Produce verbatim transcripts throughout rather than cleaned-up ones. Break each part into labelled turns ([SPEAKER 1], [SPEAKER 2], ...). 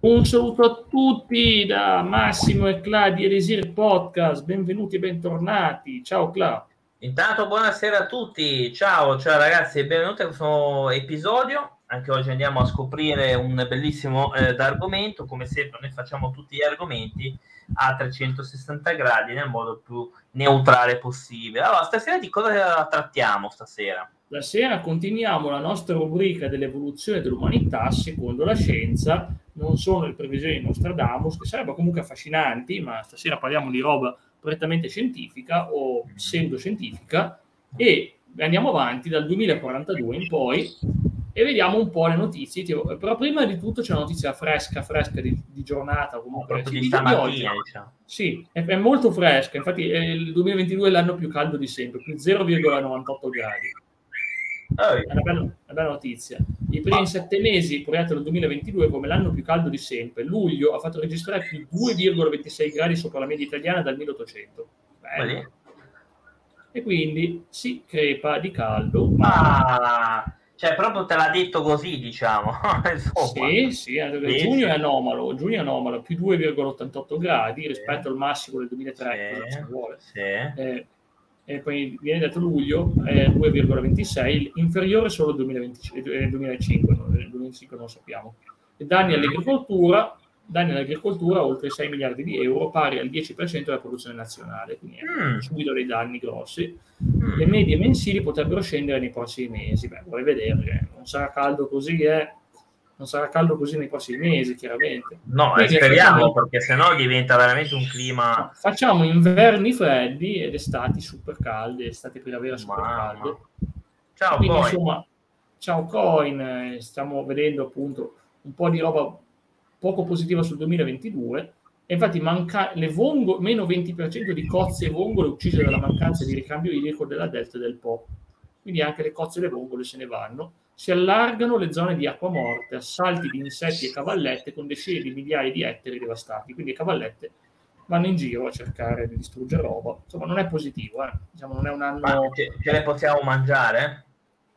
[SPEAKER 1] Un saluto a tutti da Massimo e Cla di Elisir Podcast, benvenuti e bentornati. Ciao Cla.
[SPEAKER 2] Intanto buonasera a tutti, ciao, ciao ragazzi e benvenuti a questo episodio. Anche oggi andiamo a scoprire un bellissimo eh, argomento. Come sempre noi facciamo tutti gli argomenti a trecentosessanta gradi nel modo più neutrale possibile. Allora, stasera di cosa trattiamo stasera?
[SPEAKER 1] Stasera continuiamo la nostra rubrica dell'evoluzione dell'umanità secondo la scienza. Non sono le previsioni di Nostradamus, che sarebbero comunque affascinanti, ma stasera parliamo di roba prettamente scientifica o pseudoscientifica e andiamo avanti dal duemilaquarantadue in poi e vediamo un po' le notizie. Però prima di tutto c'è una notizia fresca, fresca di, di giornata, comunque
[SPEAKER 2] Proprio
[SPEAKER 1] sì,
[SPEAKER 2] di
[SPEAKER 1] di,
[SPEAKER 2] stamattina,
[SPEAKER 1] di oggi.
[SPEAKER 2] diciamo.
[SPEAKER 1] Sì, è, è molto fresca, infatti è il duemilaventidue è l'anno più caldo di sempre, più zero virgola novantotto gradi.
[SPEAKER 2] Oh.
[SPEAKER 1] È una bella, una bella notizia. I primi sette mesi proiettano il duemilaventidue come l'anno più caldo di sempre. Luglio ha fatto registrare più due virgola ventisei gradi sopra la media italiana dal milleottocento. Bello. E quindi si crepa di caldo.
[SPEAKER 2] Ma... Ah, cioè proprio te l'ha detto così, diciamo.
[SPEAKER 1] Sì, sì, sì, giugno è anomalo, giugno è anomalo, più due virgola ottantotto gradi rispetto sì. al massimo del duemilatré,
[SPEAKER 2] sì.
[SPEAKER 1] cosa ci vuole.
[SPEAKER 2] Sì.
[SPEAKER 1] Eh, e poi viene detto luglio è due virgola ventisei, inferiore solo al duemilaventicinque, duemilacinque, nel duemilacinque non lo sappiamo. E danni all'agricoltura, danni all'agricoltura oltre sei miliardi di euro, pari al dieci per cento della produzione nazionale, quindi mm. subito dei danni grossi. Mm. Le medie mensili potrebbero scendere nei prossimi mesi. Beh, vorrei vedere, non sarà caldo così, eh? Non sarà caldo così nei prossimi mesi, chiaramente.
[SPEAKER 2] No,
[SPEAKER 1] Quindi
[SPEAKER 2] speriamo,
[SPEAKER 1] facciamo...
[SPEAKER 2] perché sennò diventa veramente un clima...
[SPEAKER 1] No, facciamo inverni freddi ed estati super calde, estate e primavera super calde.
[SPEAKER 2] Ciao
[SPEAKER 1] quindi,
[SPEAKER 2] Coin.
[SPEAKER 1] Insomma, ciao Coin, stiamo vedendo appunto un po' di roba poco positiva sul duemilaventidue. E infatti manca le vongo, meno venti per cento di cozze e vongole uccise dalla mancanza di ricambio idrico della delta del Po. Quindi anche le cozze e le vongole se ne vanno. Si allargano le zone di acqua morte, assalti di insetti e cavallette con decine di migliaia di ettari devastati. Quindi le cavallette vanno in giro a cercare di distruggere roba. Insomma, non è positivo, eh. Diciamo, non è un anno...
[SPEAKER 2] Ma ce, ce le possiamo mangiare?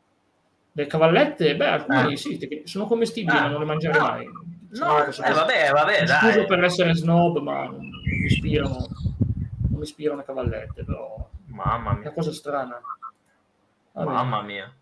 [SPEAKER 1] Le cavallette? Beh, alcune eh. sì, sono commestibili, ah, ma non le mangiare
[SPEAKER 2] no,
[SPEAKER 1] mai.
[SPEAKER 2] No, eh, vabbè, vabbè,
[SPEAKER 1] dai. Scuso
[SPEAKER 2] dai.
[SPEAKER 1] per essere snob, ma non, non mi ispirano, non mi ispirano le cavallette, però...
[SPEAKER 2] Mamma mia.
[SPEAKER 1] È una cosa strana.
[SPEAKER 2] Va Mamma bene. mia.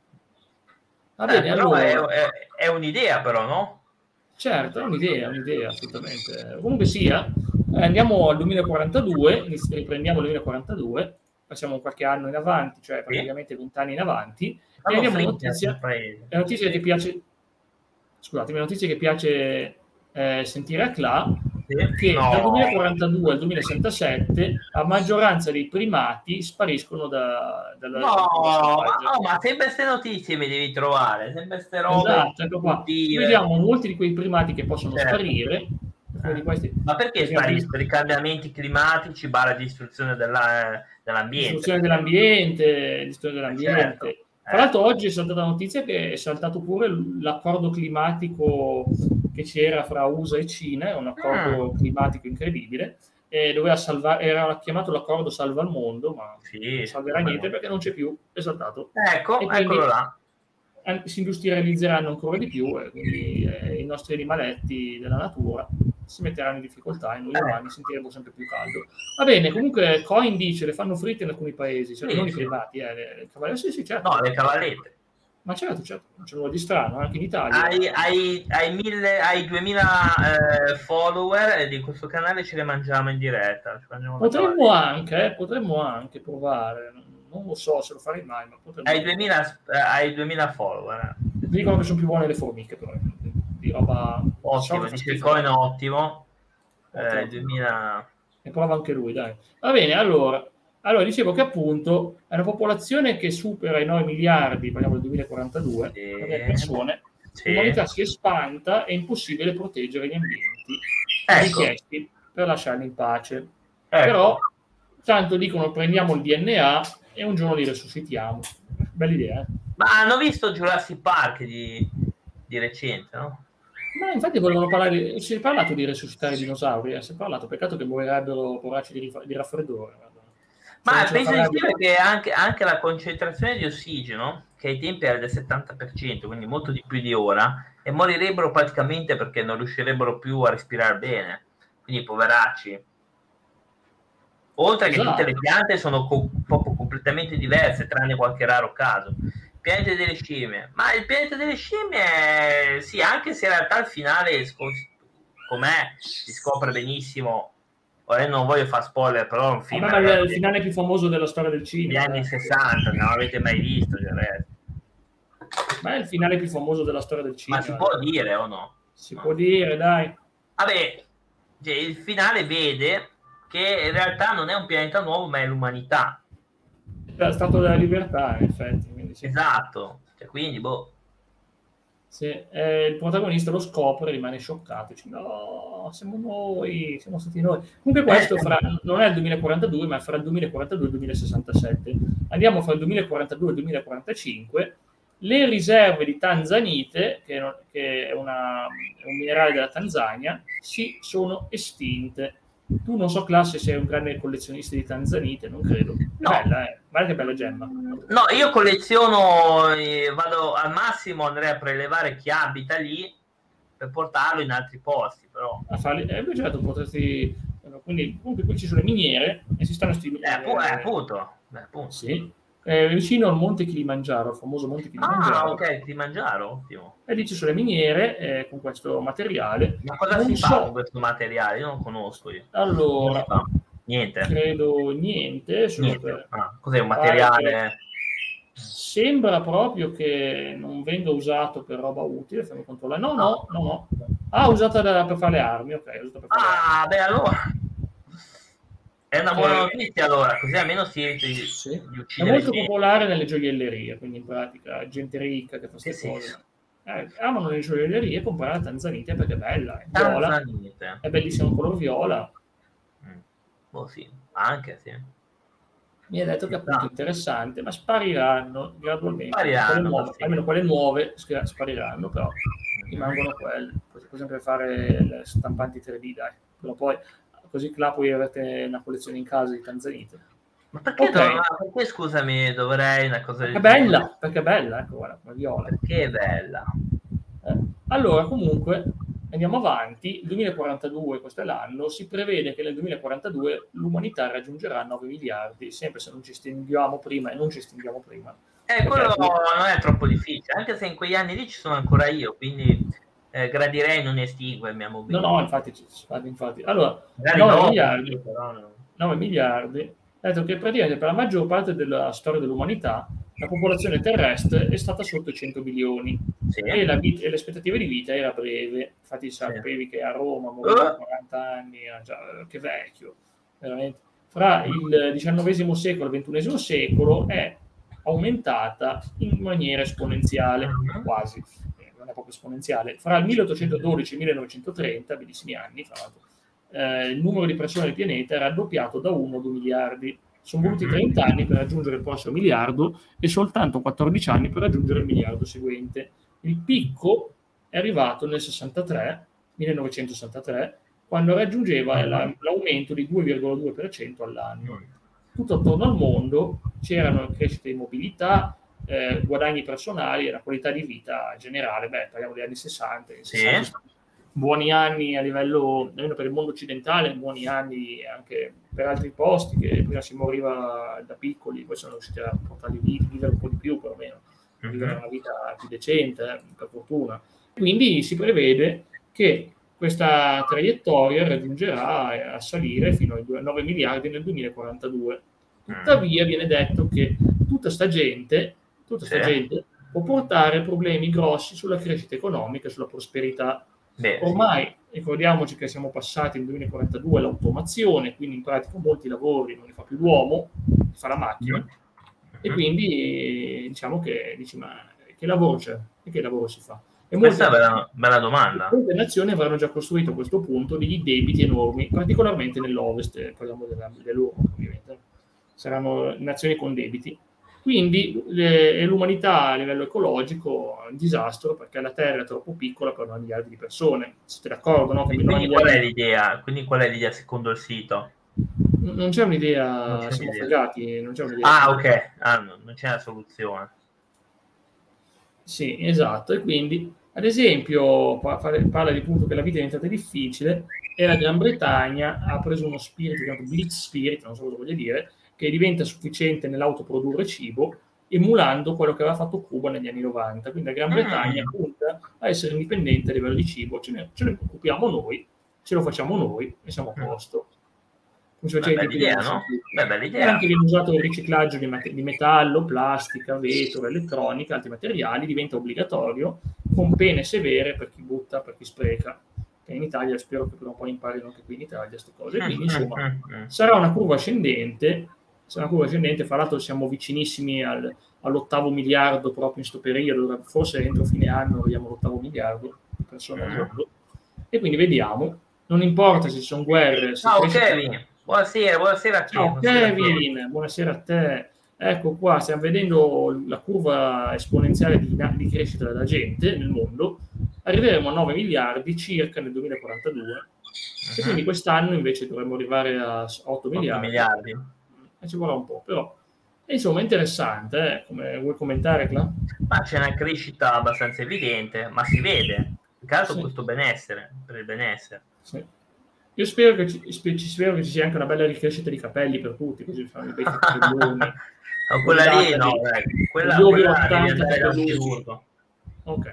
[SPEAKER 1] Va bene,
[SPEAKER 2] eh,
[SPEAKER 1] allora...
[SPEAKER 2] È, è, è un'idea, però, no?
[SPEAKER 1] Certo, è un'idea, è un'idea, assolutamente. Comunque sia, eh, andiamo al duemilaquarantadue, riprendiamo il duemilaquarantadue, passiamo qualche anno in avanti, cioè praticamente vent'anni in avanti, e abbiamo una notizia, la notizia che piace, scusatemi, la notizia che piace eh, sentire a Cla, che no. dal duemilaquarantadue al duemilasessantasette a maggioranza dei primati spariscono da, dalla
[SPEAKER 2] no, ma, oh, ma sempre queste notizie mi devi trovare, sempre queste robe.
[SPEAKER 1] Esatto, ecco qua. Vediamo molti di quei primati che possono certo. sparire. Di questi,
[SPEAKER 2] ma perché spariscono? I cambiamenti climatici, barra distruzione della, dell'ambiente.
[SPEAKER 1] Distruzione dell'ambiente, distruzione dell'ambiente.
[SPEAKER 2] Certo.
[SPEAKER 1] Tra l'altro oggi è saltata la notizia che è saltato pure l'accordo climatico che c'era fra U S A e Cina, è un accordo mm. climatico incredibile, e doveva salvare, era chiamato l'accordo Salva il Mondo, ma
[SPEAKER 2] sì,
[SPEAKER 1] non salverà niente perché non c'è più, è saltato.
[SPEAKER 2] Ecco, e eccolo là.
[SPEAKER 1] Si industrializzeranno ancora di più e quindi eh, i nostri animaletti della natura si metteranno in difficoltà e noi umani sentiremo sempre più caldo. Va bene, comunque Coin dice le fanno fritte in alcuni paesi, cioè, sì, non sì. i privati, eh, le, le cavallette, sì, sì, certo.
[SPEAKER 2] No, le cavallette.
[SPEAKER 1] Ma certo, certo, non c'è nulla di strano, anche in Italia.
[SPEAKER 2] Hai, hai, hai, mille, hai duemila eh, follower e di questo canale ce le mangiamo in diretta.
[SPEAKER 1] Potremmo anche, eh, potremmo anche provare, non lo so se lo farei mai, ma potremmo.
[SPEAKER 2] Hai duemila, eh, hai duemila follower.
[SPEAKER 1] Dicono che sono più buone le formiche, però di roba
[SPEAKER 2] ottimo, dice il Coin ottimo. ottimo. Eh, duemila...
[SPEAKER 1] E prova anche lui, dai. Va bene, allora, allora dicevo che appunto è una popolazione che supera i nove miliardi, parliamo del duemilaquarantadue, sì. persone, sì. l'umanità si è espanta, è impossibile proteggere gli ambienti ecco. richiesti per lasciarli in pace. Ecco. Però, tanto dicono prendiamo il D N A e un giorno li resuscitiamo. Bella idea, eh?
[SPEAKER 2] Ma hanno visto Jurassic Park di, di recente, no?
[SPEAKER 1] Ma infatti volevano parlare, si è parlato di resuscitare i dinosauri, eh? si è parlato, peccato che morirebbero poracci di, di raffreddore.
[SPEAKER 2] Ma penso di sì, perché anche, anche la concentrazione di ossigeno, che ai tempi era del settanta per cento, quindi molto di più di ora, e morirebbero praticamente perché non riuscirebbero più a respirare bene. Quindi poveracci. Oltre esatto. che tutte le piante sono co- proprio completamente diverse, tranne qualche raro caso. Pianeta delle scimmie. Ma il pianeta delle scimmie, sì, anche se in realtà al finale, com'è, si scopre benissimo. Ora non voglio fare spoiler, però è un film.
[SPEAKER 1] Vabbè, ma il finale più famoso della storia del cinema.
[SPEAKER 2] Gli anni sessanta, non l'avete mai visto,
[SPEAKER 1] ma è il finale più famoso della storia del cinema.
[SPEAKER 2] Ma si può dire o no?
[SPEAKER 1] Si no. può dire, dai.
[SPEAKER 2] Vabbè, il finale vede che in realtà non è un pianeta nuovo, ma è l'umanità.
[SPEAKER 1] È la Statua della Libertà, in effetti. Quindi sì.
[SPEAKER 2] Esatto, cioè, quindi, boh.
[SPEAKER 1] Sì, eh, il protagonista lo scopre, rimane scioccato, dice no, siamo noi, siamo stati noi. Comunque questo fra, non è il duemilaquarantadue, ma è fra il duemilaquarantadue e il duemilasessantasette. Andiamo fra il duemilaquarantadue e il duemilaquarantacinque. Le riserve di tanzanite, che è, una, è un minerale della Tanzania, si sono estinte. Tu non so, Classe, sei un grande collezionista di tanzanite, non credo.
[SPEAKER 2] No.
[SPEAKER 1] Bella, eh? Guarda che bella gemma.
[SPEAKER 2] No, io colleziono, eh, vado al massimo, andrei a prelevare chi abita lì per portarlo in altri posti, però.
[SPEAKER 1] A farli, eh, certo, potresti... Quindi, comunque qui ci sono le miniere e si stanno stimolando.
[SPEAKER 2] Eh, eh, appunto. Eh, appunto.
[SPEAKER 1] Sì. Eh, vicino al Monte Kilimangiaro, il famoso Monte Kilimangiaro.
[SPEAKER 2] Ah, ok, Kilimangiaro, ottimo.
[SPEAKER 1] E lì ci sono le miniere eh, con questo materiale.
[SPEAKER 2] Ma cosa non si so... fa con questo materiale? Io non conosco io.
[SPEAKER 1] Allora,
[SPEAKER 2] niente.
[SPEAKER 1] Credo niente.
[SPEAKER 2] niente.
[SPEAKER 1] Per...
[SPEAKER 2] Ah, cos'è un materiale?
[SPEAKER 1] Sembra proprio che non venga usato per roba utile. Fammi controllare. No, no, no, no. Ah, usata da, per fare le armi, ok. Usata per fare
[SPEAKER 2] ah, beh, allora. È una buona notizia, allora, così almeno si evita di,
[SPEAKER 1] sì.
[SPEAKER 2] di uccidere.
[SPEAKER 1] È molto popolare nelle gioiellerie, quindi in pratica gente ricca che fa queste
[SPEAKER 2] sì,
[SPEAKER 1] cose.
[SPEAKER 2] Sì.
[SPEAKER 1] Eh, amano le gioiellerie e comprare la tanzanite perché è bella, è viola,
[SPEAKER 2] tanzanite.
[SPEAKER 1] È bellissimo il color viola.
[SPEAKER 2] Mm. Oh sì, anche sì.
[SPEAKER 1] Mi ha detto che è appunto ah. interessante, ma spariranno gradualmente.
[SPEAKER 2] Spariranno,
[SPEAKER 1] quelle nuove,
[SPEAKER 2] sì.
[SPEAKER 1] Almeno quelle nuove spariranno, però rimangono quelle. Puoi sempre fare le stampanti tre D, dai. Però poi così là poi avete una collezione in casa di tanzanite.
[SPEAKER 2] Ma perché, okay. dov- perché scusami, dovrei una cosa
[SPEAKER 1] Perché è bella, perché è bella, ecco, guarda, come viola.
[SPEAKER 2] Perché è bella.
[SPEAKER 1] Eh. Allora, comunque, andiamo avanti. Il duemilaquarantadue, questo è l'anno, si prevede che nel duemilaquarantadue l'umanità raggiungerà nove miliardi, sempre se non ci estinguiamo prima, e non ci estinguiamo prima.
[SPEAKER 2] Eh, quello non è troppo difficile, anche se in quegli anni lì ci sono ancora io, quindi eh, gradirei non estinguermi a mobilità.
[SPEAKER 1] No, no, infatti, infatti. Allora,
[SPEAKER 2] Magari
[SPEAKER 1] nove
[SPEAKER 2] no,
[SPEAKER 1] miliardi,
[SPEAKER 2] però no.
[SPEAKER 1] nove miliardi, ha detto che praticamente per la maggior parte della storia dell'umanità la popolazione terrestre è stata sotto i cento milioni
[SPEAKER 2] sì.
[SPEAKER 1] e, la vita, e l'aspettativa di vita era breve. Infatti sapevi sì. che a Roma moriva uh. quaranta anni, già, che vecchio, veramente. Fra il diciannovesimo secolo e il ventunesimo secolo è aumentata in maniera esponenziale, uh-huh. quasi, eh, non è proprio esponenziale. Fra il milleottocentododici e il millenovecentotrenta, bellissimi anni, fra l'altro, eh, il numero di persone del pianeta è raddoppiato da uno a due miliardi. Sono voluti trenta anni per raggiungere il prossimo miliardo e soltanto quattordici anni per raggiungere il miliardo seguente. Il picco è arrivato nel sessantatré, millenovecentosessantatré, quando raggiungeva la, l'aumento di due virgola due per cento all'anno. Tutto attorno al mondo c'erano crescite di mobilità, eh, guadagni personali e la qualità di vita generale. Beh, parliamo degli anni sessanta,
[SPEAKER 2] sì.
[SPEAKER 1] sessanta, buoni anni a livello, almeno per il mondo occidentale, buoni anni anche per altri posti, che prima si moriva da piccoli, poi sono riusciti a portarli lì, vivere un po' di più perlomeno, uh-huh. vivere una vita più decente, eh, per fortuna. Quindi si prevede che questa traiettoria raggiungerà a salire fino ai nove miliardi nel duemilaquarantadue. Tuttavia viene detto che tutta sta gente, tutta sta sì. gente può portare problemi grossi sulla crescita economica e sulla prosperità.
[SPEAKER 2] Beh,
[SPEAKER 1] Ormai sì. ricordiamoci che siamo passati nel duemilaquarantadue all'automazione, quindi in pratica molti lavori non li fa più l'uomo, li fa la macchina, mm-hmm. e quindi diciamo che dici, ma che lavoro c'è? E che lavoro si fa? E
[SPEAKER 2] questa è una bella domanda.
[SPEAKER 1] Molte nazioni avranno già costruito a questo punto degli debiti enormi, particolarmente nell'Ovest, parliamo dell'Europa ovviamente, saranno nazioni con debiti. Quindi le, l'umanità a livello ecologico è un disastro perché la Terra è troppo piccola per nove miliardi di persone. Siete d'accordo? No?
[SPEAKER 2] Quindi, qual è l'idea? Quindi qual è l'idea secondo il sito?
[SPEAKER 1] non c'è un'idea,
[SPEAKER 2] Non c'è
[SPEAKER 1] siamo
[SPEAKER 2] un'idea.
[SPEAKER 1] fregati, non c'è un'idea.
[SPEAKER 2] Ah, ok, ah, no, non c'è una soluzione.
[SPEAKER 1] Sì, esatto, e quindi, ad esempio, pa- fa- parla di punto che la vita è diventata difficile e la Gran Bretagna ha preso uno spirito chiamato Blitz Spirit, non so cosa voglia dire, che diventa sufficiente nell'autoprodurre cibo, emulando quello che aveva fatto Cuba negli anni novanta. Quindi la Gran Bretagna
[SPEAKER 2] Mm.
[SPEAKER 1] punta a essere indipendente a livello di cibo, ce ne, ce ne occupiamo noi, ce lo facciamo noi e siamo a
[SPEAKER 2] Mm.
[SPEAKER 1] posto. Come si
[SPEAKER 2] Beh,
[SPEAKER 1] faceva
[SPEAKER 2] bella
[SPEAKER 1] ai tempi
[SPEAKER 2] idea,
[SPEAKER 1] degli
[SPEAKER 2] no?
[SPEAKER 1] Stati
[SPEAKER 2] Beh, bella
[SPEAKER 1] Uniti. E
[SPEAKER 2] idea.
[SPEAKER 1] anche viene usato il riciclaggio di, mat- di metallo, plastica, vetro, elettronica, altri materiali, diventa obbligatorio, con pene severe per chi butta, per chi spreca. Che in Italia spero che prima o poi imparino anche qui in Italia queste cose. Quindi, insomma, sarà una curva ascendente, sarà una curva ascendente, fra l'altro siamo vicinissimi al, all'ottavo miliardo proprio in questo periodo, forse entro fine anno vediamo l'ottavo miliardo di persone al mondo. E quindi vediamo, non importa se ci sono guerre, se
[SPEAKER 2] Ciao
[SPEAKER 1] cresce-
[SPEAKER 2] Kevin, buonasera, buonasera a te.
[SPEAKER 1] Ciao
[SPEAKER 2] buonasera a te.
[SPEAKER 1] Kevin, buonasera a te. Ecco qua, stiamo vedendo la curva esponenziale di, di crescita della gente nel mondo. Arriveremo a nove miliardi circa nel duemilaquarantadue. E quindi quest'anno invece dovremmo arrivare a otto miliardi.
[SPEAKER 2] miliardi.
[SPEAKER 1] E ci vorrà un po', però. E insomma, è interessante, eh? Come vuoi commentare, Cla?
[SPEAKER 2] Ma c'è una crescita abbastanza evidente, ma si vede. Più che altro
[SPEAKER 1] Sì.
[SPEAKER 2] questo benessere, per il benessere.
[SPEAKER 1] Sì. Io spero che ci, spe- ci spero che ci sia anche una bella ricrescita di capelli per tutti, così fanno i bei capelloni.
[SPEAKER 2] No, quella lì no, dai. quella,
[SPEAKER 1] Gli over
[SPEAKER 2] quella devi
[SPEAKER 1] ottanta
[SPEAKER 2] andare da un
[SPEAKER 1] capellucci.
[SPEAKER 2] chirurgo.
[SPEAKER 1] Ok.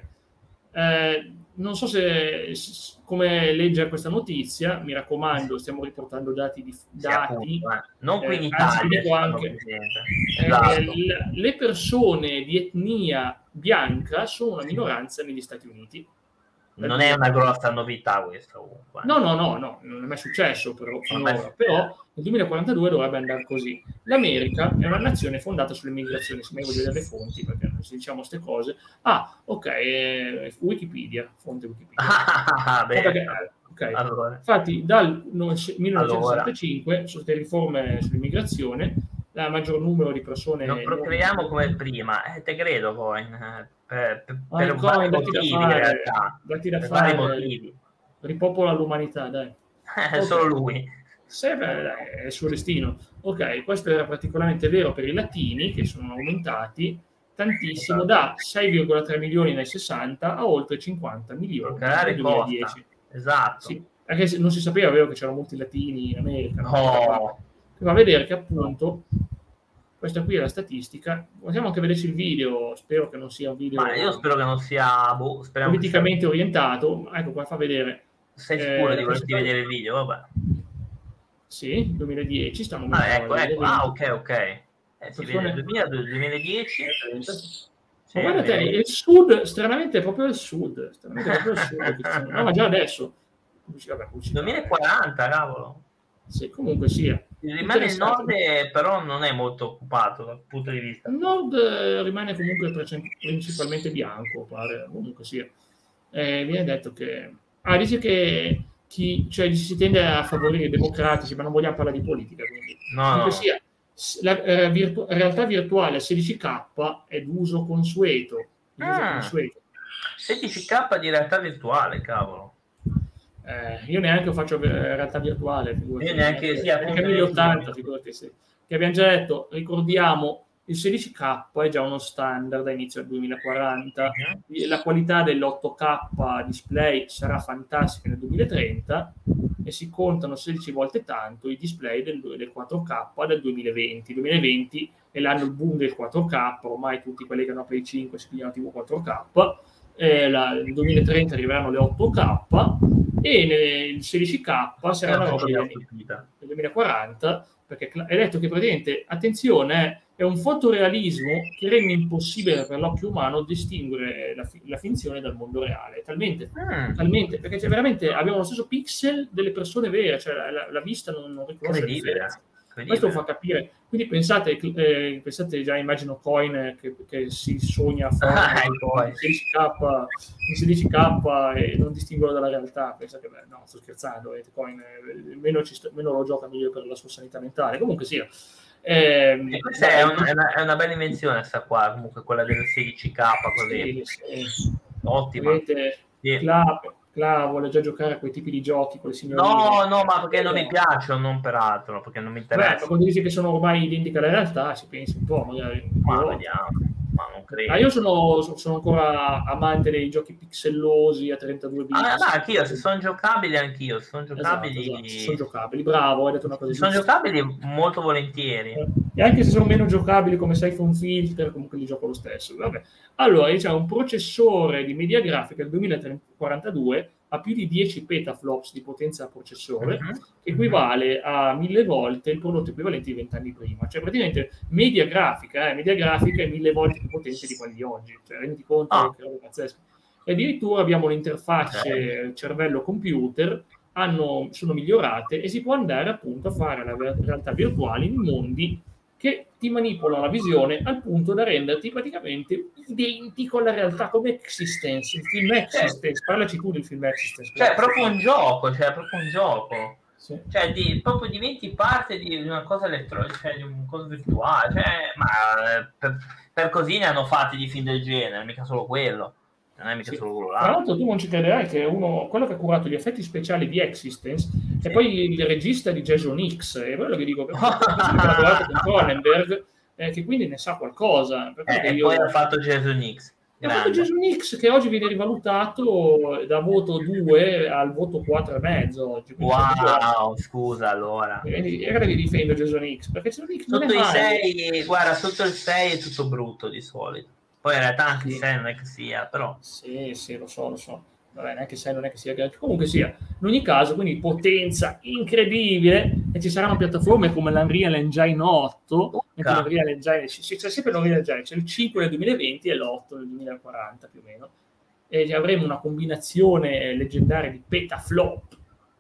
[SPEAKER 1] Eh, non so se, s- come leggere questa notizia, mi raccomando, stiamo riportando dati, di,
[SPEAKER 2] Sì,
[SPEAKER 1] dati
[SPEAKER 2] appunto, eh. Non qui in
[SPEAKER 1] eh, anzi,
[SPEAKER 2] Italia,
[SPEAKER 1] dico
[SPEAKER 2] ci fanno
[SPEAKER 1] anche,
[SPEAKER 2] presente.
[SPEAKER 1] eh,
[SPEAKER 2] Esatto.
[SPEAKER 1] l- le persone di etnia bianca sono una minoranza negli Stati Uniti.
[SPEAKER 2] Non è una grossa novità questa comunque.
[SPEAKER 1] No, no, no, no, non è mai successo però, finora,
[SPEAKER 2] mai-
[SPEAKER 1] però nel duemilaquarantadue dovrebbe andare così. L'America è una nazione fondata sull'immigrazione, se mai voglio vedere le fonti, perché se diciamo queste cose... Ah, ok, eh, Wikipedia, fonte Wikipedia.
[SPEAKER 2] Ah, bene.
[SPEAKER 1] Perché, eh, okay.
[SPEAKER 2] Allora.
[SPEAKER 1] Infatti dal millenovecentosessantacinque allora. Sono state riforme sull'immigrazione, il maggior numero di persone...
[SPEAKER 2] Non procreiamo come prima, eh, te credo poi, eh, per, per,
[SPEAKER 1] Ah,
[SPEAKER 2] per
[SPEAKER 1] vari
[SPEAKER 2] vari motivi in
[SPEAKER 1] fare,
[SPEAKER 2] realtà,
[SPEAKER 1] dati da
[SPEAKER 2] per
[SPEAKER 1] fare,
[SPEAKER 2] vari motivi.
[SPEAKER 1] Ripopola l'umanità, dai.
[SPEAKER 2] Eh,
[SPEAKER 1] Okay.
[SPEAKER 2] Solo lui.
[SPEAKER 1] Sì, beh, è il suo destino. Ok, questo era particolarmente vero per i latini, che sono aumentati tantissimo, da sei virgola tre milioni nel sessanta a oltre cinquanta milioni nel duemiladieci.
[SPEAKER 2] Esatto.
[SPEAKER 1] Sì, perché non si sapeva, vero, che c'erano molti latini in America. No?
[SPEAKER 2] Oh.
[SPEAKER 1] Va a vedere che appunto questa qui è la statistica. Possiamo anche vederci il video, spero che non sia un video...
[SPEAKER 2] Ma io spero che non sia boh,
[SPEAKER 1] politicamente
[SPEAKER 2] sia...
[SPEAKER 1] orientato. Ecco qua, fa vedere.
[SPEAKER 2] Sei sicuro
[SPEAKER 1] eh,
[SPEAKER 2] di volerti vedere il video? Vabbè.
[SPEAKER 1] Sì, duemiladieci stanno
[SPEAKER 2] ah, ecco, ecco. ah, ok, ok. Eh, si
[SPEAKER 1] persone...
[SPEAKER 2] vede duemila, duemiladieci.
[SPEAKER 1] Ma guarda te, il sud, stranamente è proprio il sud. Stranamente è proprio il sud. No, ma già adesso. Vabbè,
[SPEAKER 2] duemilaquaranta, cavolo.
[SPEAKER 1] Sì, comunque sia.
[SPEAKER 2] Rimane il nord, però non è molto occupato dal punto di vista.
[SPEAKER 1] Il nord eh, rimane comunque principalmente bianco, pare, comunque sia. Eh, viene detto che... Ah, dice che chi, cioè, si tende a favorire i democratici, ma non vogliamo parlare di politica, quindi.
[SPEAKER 2] No,
[SPEAKER 1] comunque
[SPEAKER 2] no.
[SPEAKER 1] sia, la eh, virtu- realtà virtuale sedici K è d'uso consueto. D'uso
[SPEAKER 2] Ah,
[SPEAKER 1] consueto.
[SPEAKER 2] sedici K di realtà virtuale, cavolo.
[SPEAKER 1] Eh, io neanche faccio realtà virtuale, figurati.
[SPEAKER 2] Io neanche, sì,
[SPEAKER 1] anche mille ottanta, figurati, sì. Che abbiamo già detto, ricordiamo, il sedici K è già uno standard a inizio del duemilaquaranta, uh-huh. La qualità dell'otto K display sarà fantastica nel duemilatrenta e si contano sedici volte tanto i display del, del quattro K del duemilaventi. duemilaventi è l'anno il boom del quattro K, ormai tutti quelli che hanno Play cinque si pigliano tivù quattro K, eh, la, nel duemilatrenta arriveranno le otto K e nel sedici K sarà una roba del duemilaquaranta, perché è detto che praticamente, attenzione, è un fotorealismo che rende impossibile per l'occhio umano distinguere la, la finzione dal mondo reale, talmente, mm. talmente perché cioè, veramente abbiamo lo stesso pixel delle persone vere, cioè la, la, la vista non, non riconosce la differenza. Questo fa capire, quindi pensate, eh, pensate già, immagino Coin che, che si sogna a in sedici K, in sedici K e non distinguono dalla realtà, pensate, beh, no, sto scherzando, eh, Coin eh, meno, ci sta, meno lo gioca meglio per la sua sanità mentale, comunque sia. Eh,
[SPEAKER 2] questa è, un, è, una, è una bella invenzione sta qua, comunque quella del sedici K,
[SPEAKER 1] sì, sì.
[SPEAKER 2] ottima.
[SPEAKER 1] Vedete, sì. Cla- Cla vuole già giocare a quei tipi di giochi con le signorine.
[SPEAKER 2] No, no, ma perché non mi piacciono, non per altro, perché non mi interessa.
[SPEAKER 1] Beh, ma quando dici che sono ormai identiche alla realtà, ci pensi un po', magari.
[SPEAKER 2] Ma vediamo, ma non credo.
[SPEAKER 1] Ah, io sono, sono ancora amante dei giochi pixellosi a trentadue bit.
[SPEAKER 2] Ah, no, anch'io, se sono giocabili anch'io, se sono giocabili...
[SPEAKER 1] Esatto, esatto. Se sono giocabili, bravo, hai detto una cosa
[SPEAKER 2] se sono giocabili molto volentieri.
[SPEAKER 1] E anche se sono meno giocabili come Siphon Filter, comunque li gioco lo stesso. Vabbè. Allora, diciamo, un processore di media grafica del duemilaquarantadue ha più di dieci petaflops di potenza a processore,
[SPEAKER 2] uh-huh.
[SPEAKER 1] che equivale a mille volte il prodotto equivalente di vent'anni prima. Cioè, praticamente, media grafica, eh, media grafica è mille volte più potente di quelli di oggi. Cioè, rendi conto
[SPEAKER 2] ah.
[SPEAKER 1] che è pazzesco. E addirittura abbiamo le interfacce okay. cervello-computer, hanno, sono migliorate e si può andare appunto a fare la realtà virtuale in mondi che ti manipolano la visione al punto da renderti praticamente identico alla realtà, come Existence, il film Existence. Cioè, parlaci tu del film Existence.
[SPEAKER 2] Cioè, è proprio un gioco, cioè, è proprio un gioco.
[SPEAKER 1] Sì.
[SPEAKER 2] Cioè, di, proprio diventi parte di una cosa elettronica, cioè di un cosa virtuale. Cioè, ma per, per così ne hanno fatti di film del genere, mica solo quello. Non è mica
[SPEAKER 1] sì.
[SPEAKER 2] solo quello là.
[SPEAKER 1] Tra l'altro tu non ci crederai che uno, quello che ha curato gli effetti speciali di Existence sì. è poi il regista di Jason X, è quello che dico, che ha lavorato con Cronenberg, eh, che quindi ne sa qualcosa.
[SPEAKER 2] Eh, e
[SPEAKER 1] io...
[SPEAKER 2] poi ha fatto Jason X.
[SPEAKER 1] Ha fatto Jason X, che oggi viene rivalutato da voto due al voto quattro e mezzo oggi.
[SPEAKER 2] Wow, scusa allora.
[SPEAKER 1] E ora vi difendo Jason X, perché Jason X non
[SPEAKER 2] sotto
[SPEAKER 1] è
[SPEAKER 2] i
[SPEAKER 1] male.
[SPEAKER 2] sei, guarda, sotto il sei è tutto brutto di solito. Poi in realtà anche il
[SPEAKER 1] sì.
[SPEAKER 2] sei non è che sia, però...
[SPEAKER 1] Sì, sì, lo so, lo so. Vabbè, neanche sei non è che sia... Comunque sia, in ogni caso, quindi potenza incredibile, e ci saranno piattaforme come l'Unreal Engine otto, mentre l'Unreal Engine... C'è sempre l'Unreal Engine, c'è il cinque nel duemilaventi e l'otto nel duemilaquaranta più o meno. E avremo una combinazione leggendaria di petaflop.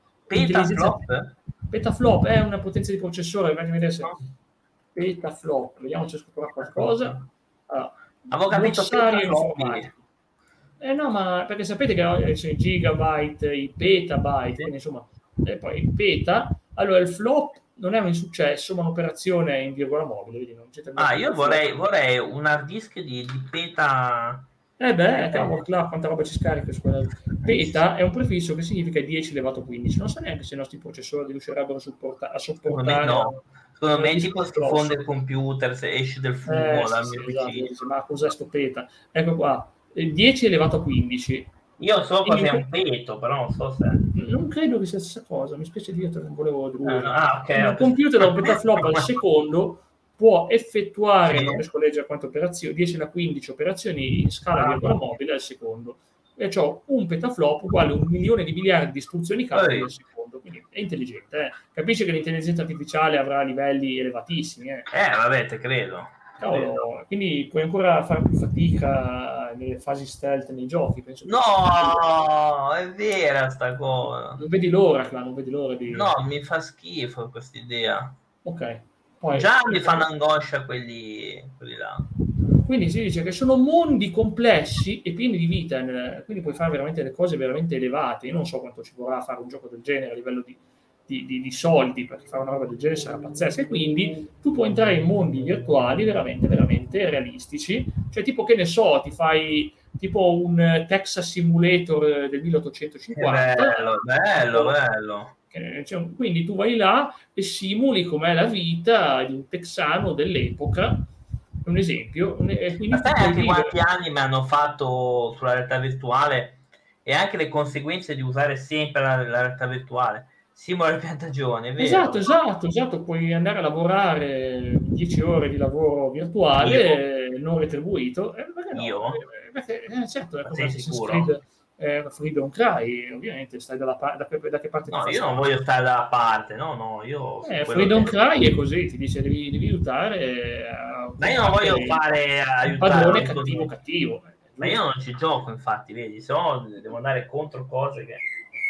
[SPEAKER 2] Petaflop?
[SPEAKER 1] Petaflop è una potenza di processore, fammi vedere se... Petaflop, vediamo se scoprirà qualcosa. Allora,
[SPEAKER 2] avevo capito
[SPEAKER 1] informatico. Eh no, ma perché sapete che sono i gigabyte, i petabyte, quindi insomma, e poi il peta, allora il flop non è un insuccesso, ma un'operazione in virgola mobile, quindi non c'è
[SPEAKER 2] ah, io vorrei, vorrei un hard disk di, di peta.
[SPEAKER 1] Eh beh, cavolo, là, quanta roba ci scarica su quella. Peta è un prefisso che significa dieci elevato a quindici. Non so neanche se i nostri processori riuscirebbero a, supporta- a sopportare.
[SPEAKER 2] No. Secondo me tipo si fonde il computer se esce del fumo
[SPEAKER 1] eh,
[SPEAKER 2] dal
[SPEAKER 1] sì,
[SPEAKER 2] mio
[SPEAKER 1] esatto,
[SPEAKER 2] P C.
[SPEAKER 1] esatto, ma cos'è sto peta? Ecco qua, dieci elevato a quindici.
[SPEAKER 2] Io so cos'è un peto, però non so se...
[SPEAKER 1] Non credo che sia la stessa cosa, mi spiace dire che non volevo aggiungere.
[SPEAKER 2] Ah, okay.
[SPEAKER 1] Un computer da un petaflop al secondo può effettuare, sì. non riesco a leggere quante operazioni, dieci alla quindici operazioni in scala virgola mobile al secondo. E c'ho un petaflop uguale a un milione di miliardi di istruzioni calcolo al secondo. Quindi è intelligente, eh? Capisci che l'intelligenza artificiale avrà livelli elevatissimi, eh?
[SPEAKER 2] Eh, vabbè, te credo.
[SPEAKER 1] Cavolo, quindi puoi ancora fare più fatica nelle fasi stealth nei giochi, penso.
[SPEAKER 2] No, è vera sta cosa.
[SPEAKER 1] Non vedi l'ora, Cla, non vedi l'ora di...
[SPEAKER 2] No, mi fa schifo questa idea.
[SPEAKER 1] Ok. Poi,
[SPEAKER 2] già mi fanno angoscia quelli, quelli là.
[SPEAKER 1] Quindi si dice che sono mondi complessi e pieni di vita, quindi puoi fare veramente delle cose veramente elevate. Io non so quanto ci vorrà fare un gioco del genere a livello di, di, di, di soldi, perché fare una roba del genere sarà pazzesca. E quindi tu puoi entrare in mondi virtuali veramente, veramente realistici. Cioè tipo, che ne so, ti fai tipo un Texas Simulator del milleottocentocinquanta.
[SPEAKER 2] Che bello, bello, bello.
[SPEAKER 1] Cioè, quindi tu vai là e simuli com'è la vita di un texano dell'epoca, un esempio. E quindi
[SPEAKER 2] ma sai anche quanti anni mi hanno fatto sulla realtà virtuale e anche le conseguenze di usare sempre la, la realtà virtuale? Simula le piantagioni, è vero?
[SPEAKER 1] Esatto, esatto, esatto, puoi andare a lavorare dieci ore di lavoro virtuale
[SPEAKER 2] Io?
[SPEAKER 1] non retribuito. Eh, perché no?
[SPEAKER 2] Io?
[SPEAKER 1] Perché, eh, certo, è
[SPEAKER 2] sei sicuro?
[SPEAKER 1] Eh, Freedom Cry, ovviamente stai dalla pa- da, che, da che parte
[SPEAKER 2] no, io non voglio stare dalla parte, no, no, io
[SPEAKER 1] eh, Freedom che... Cry è così, ti dice devi, devi aiutare a
[SPEAKER 2] ma io non voglio fare aiutare
[SPEAKER 1] padrone cattivo cattivo eh,
[SPEAKER 2] ma io non ci gioco, infatti, vedi, se no devo andare contro cose che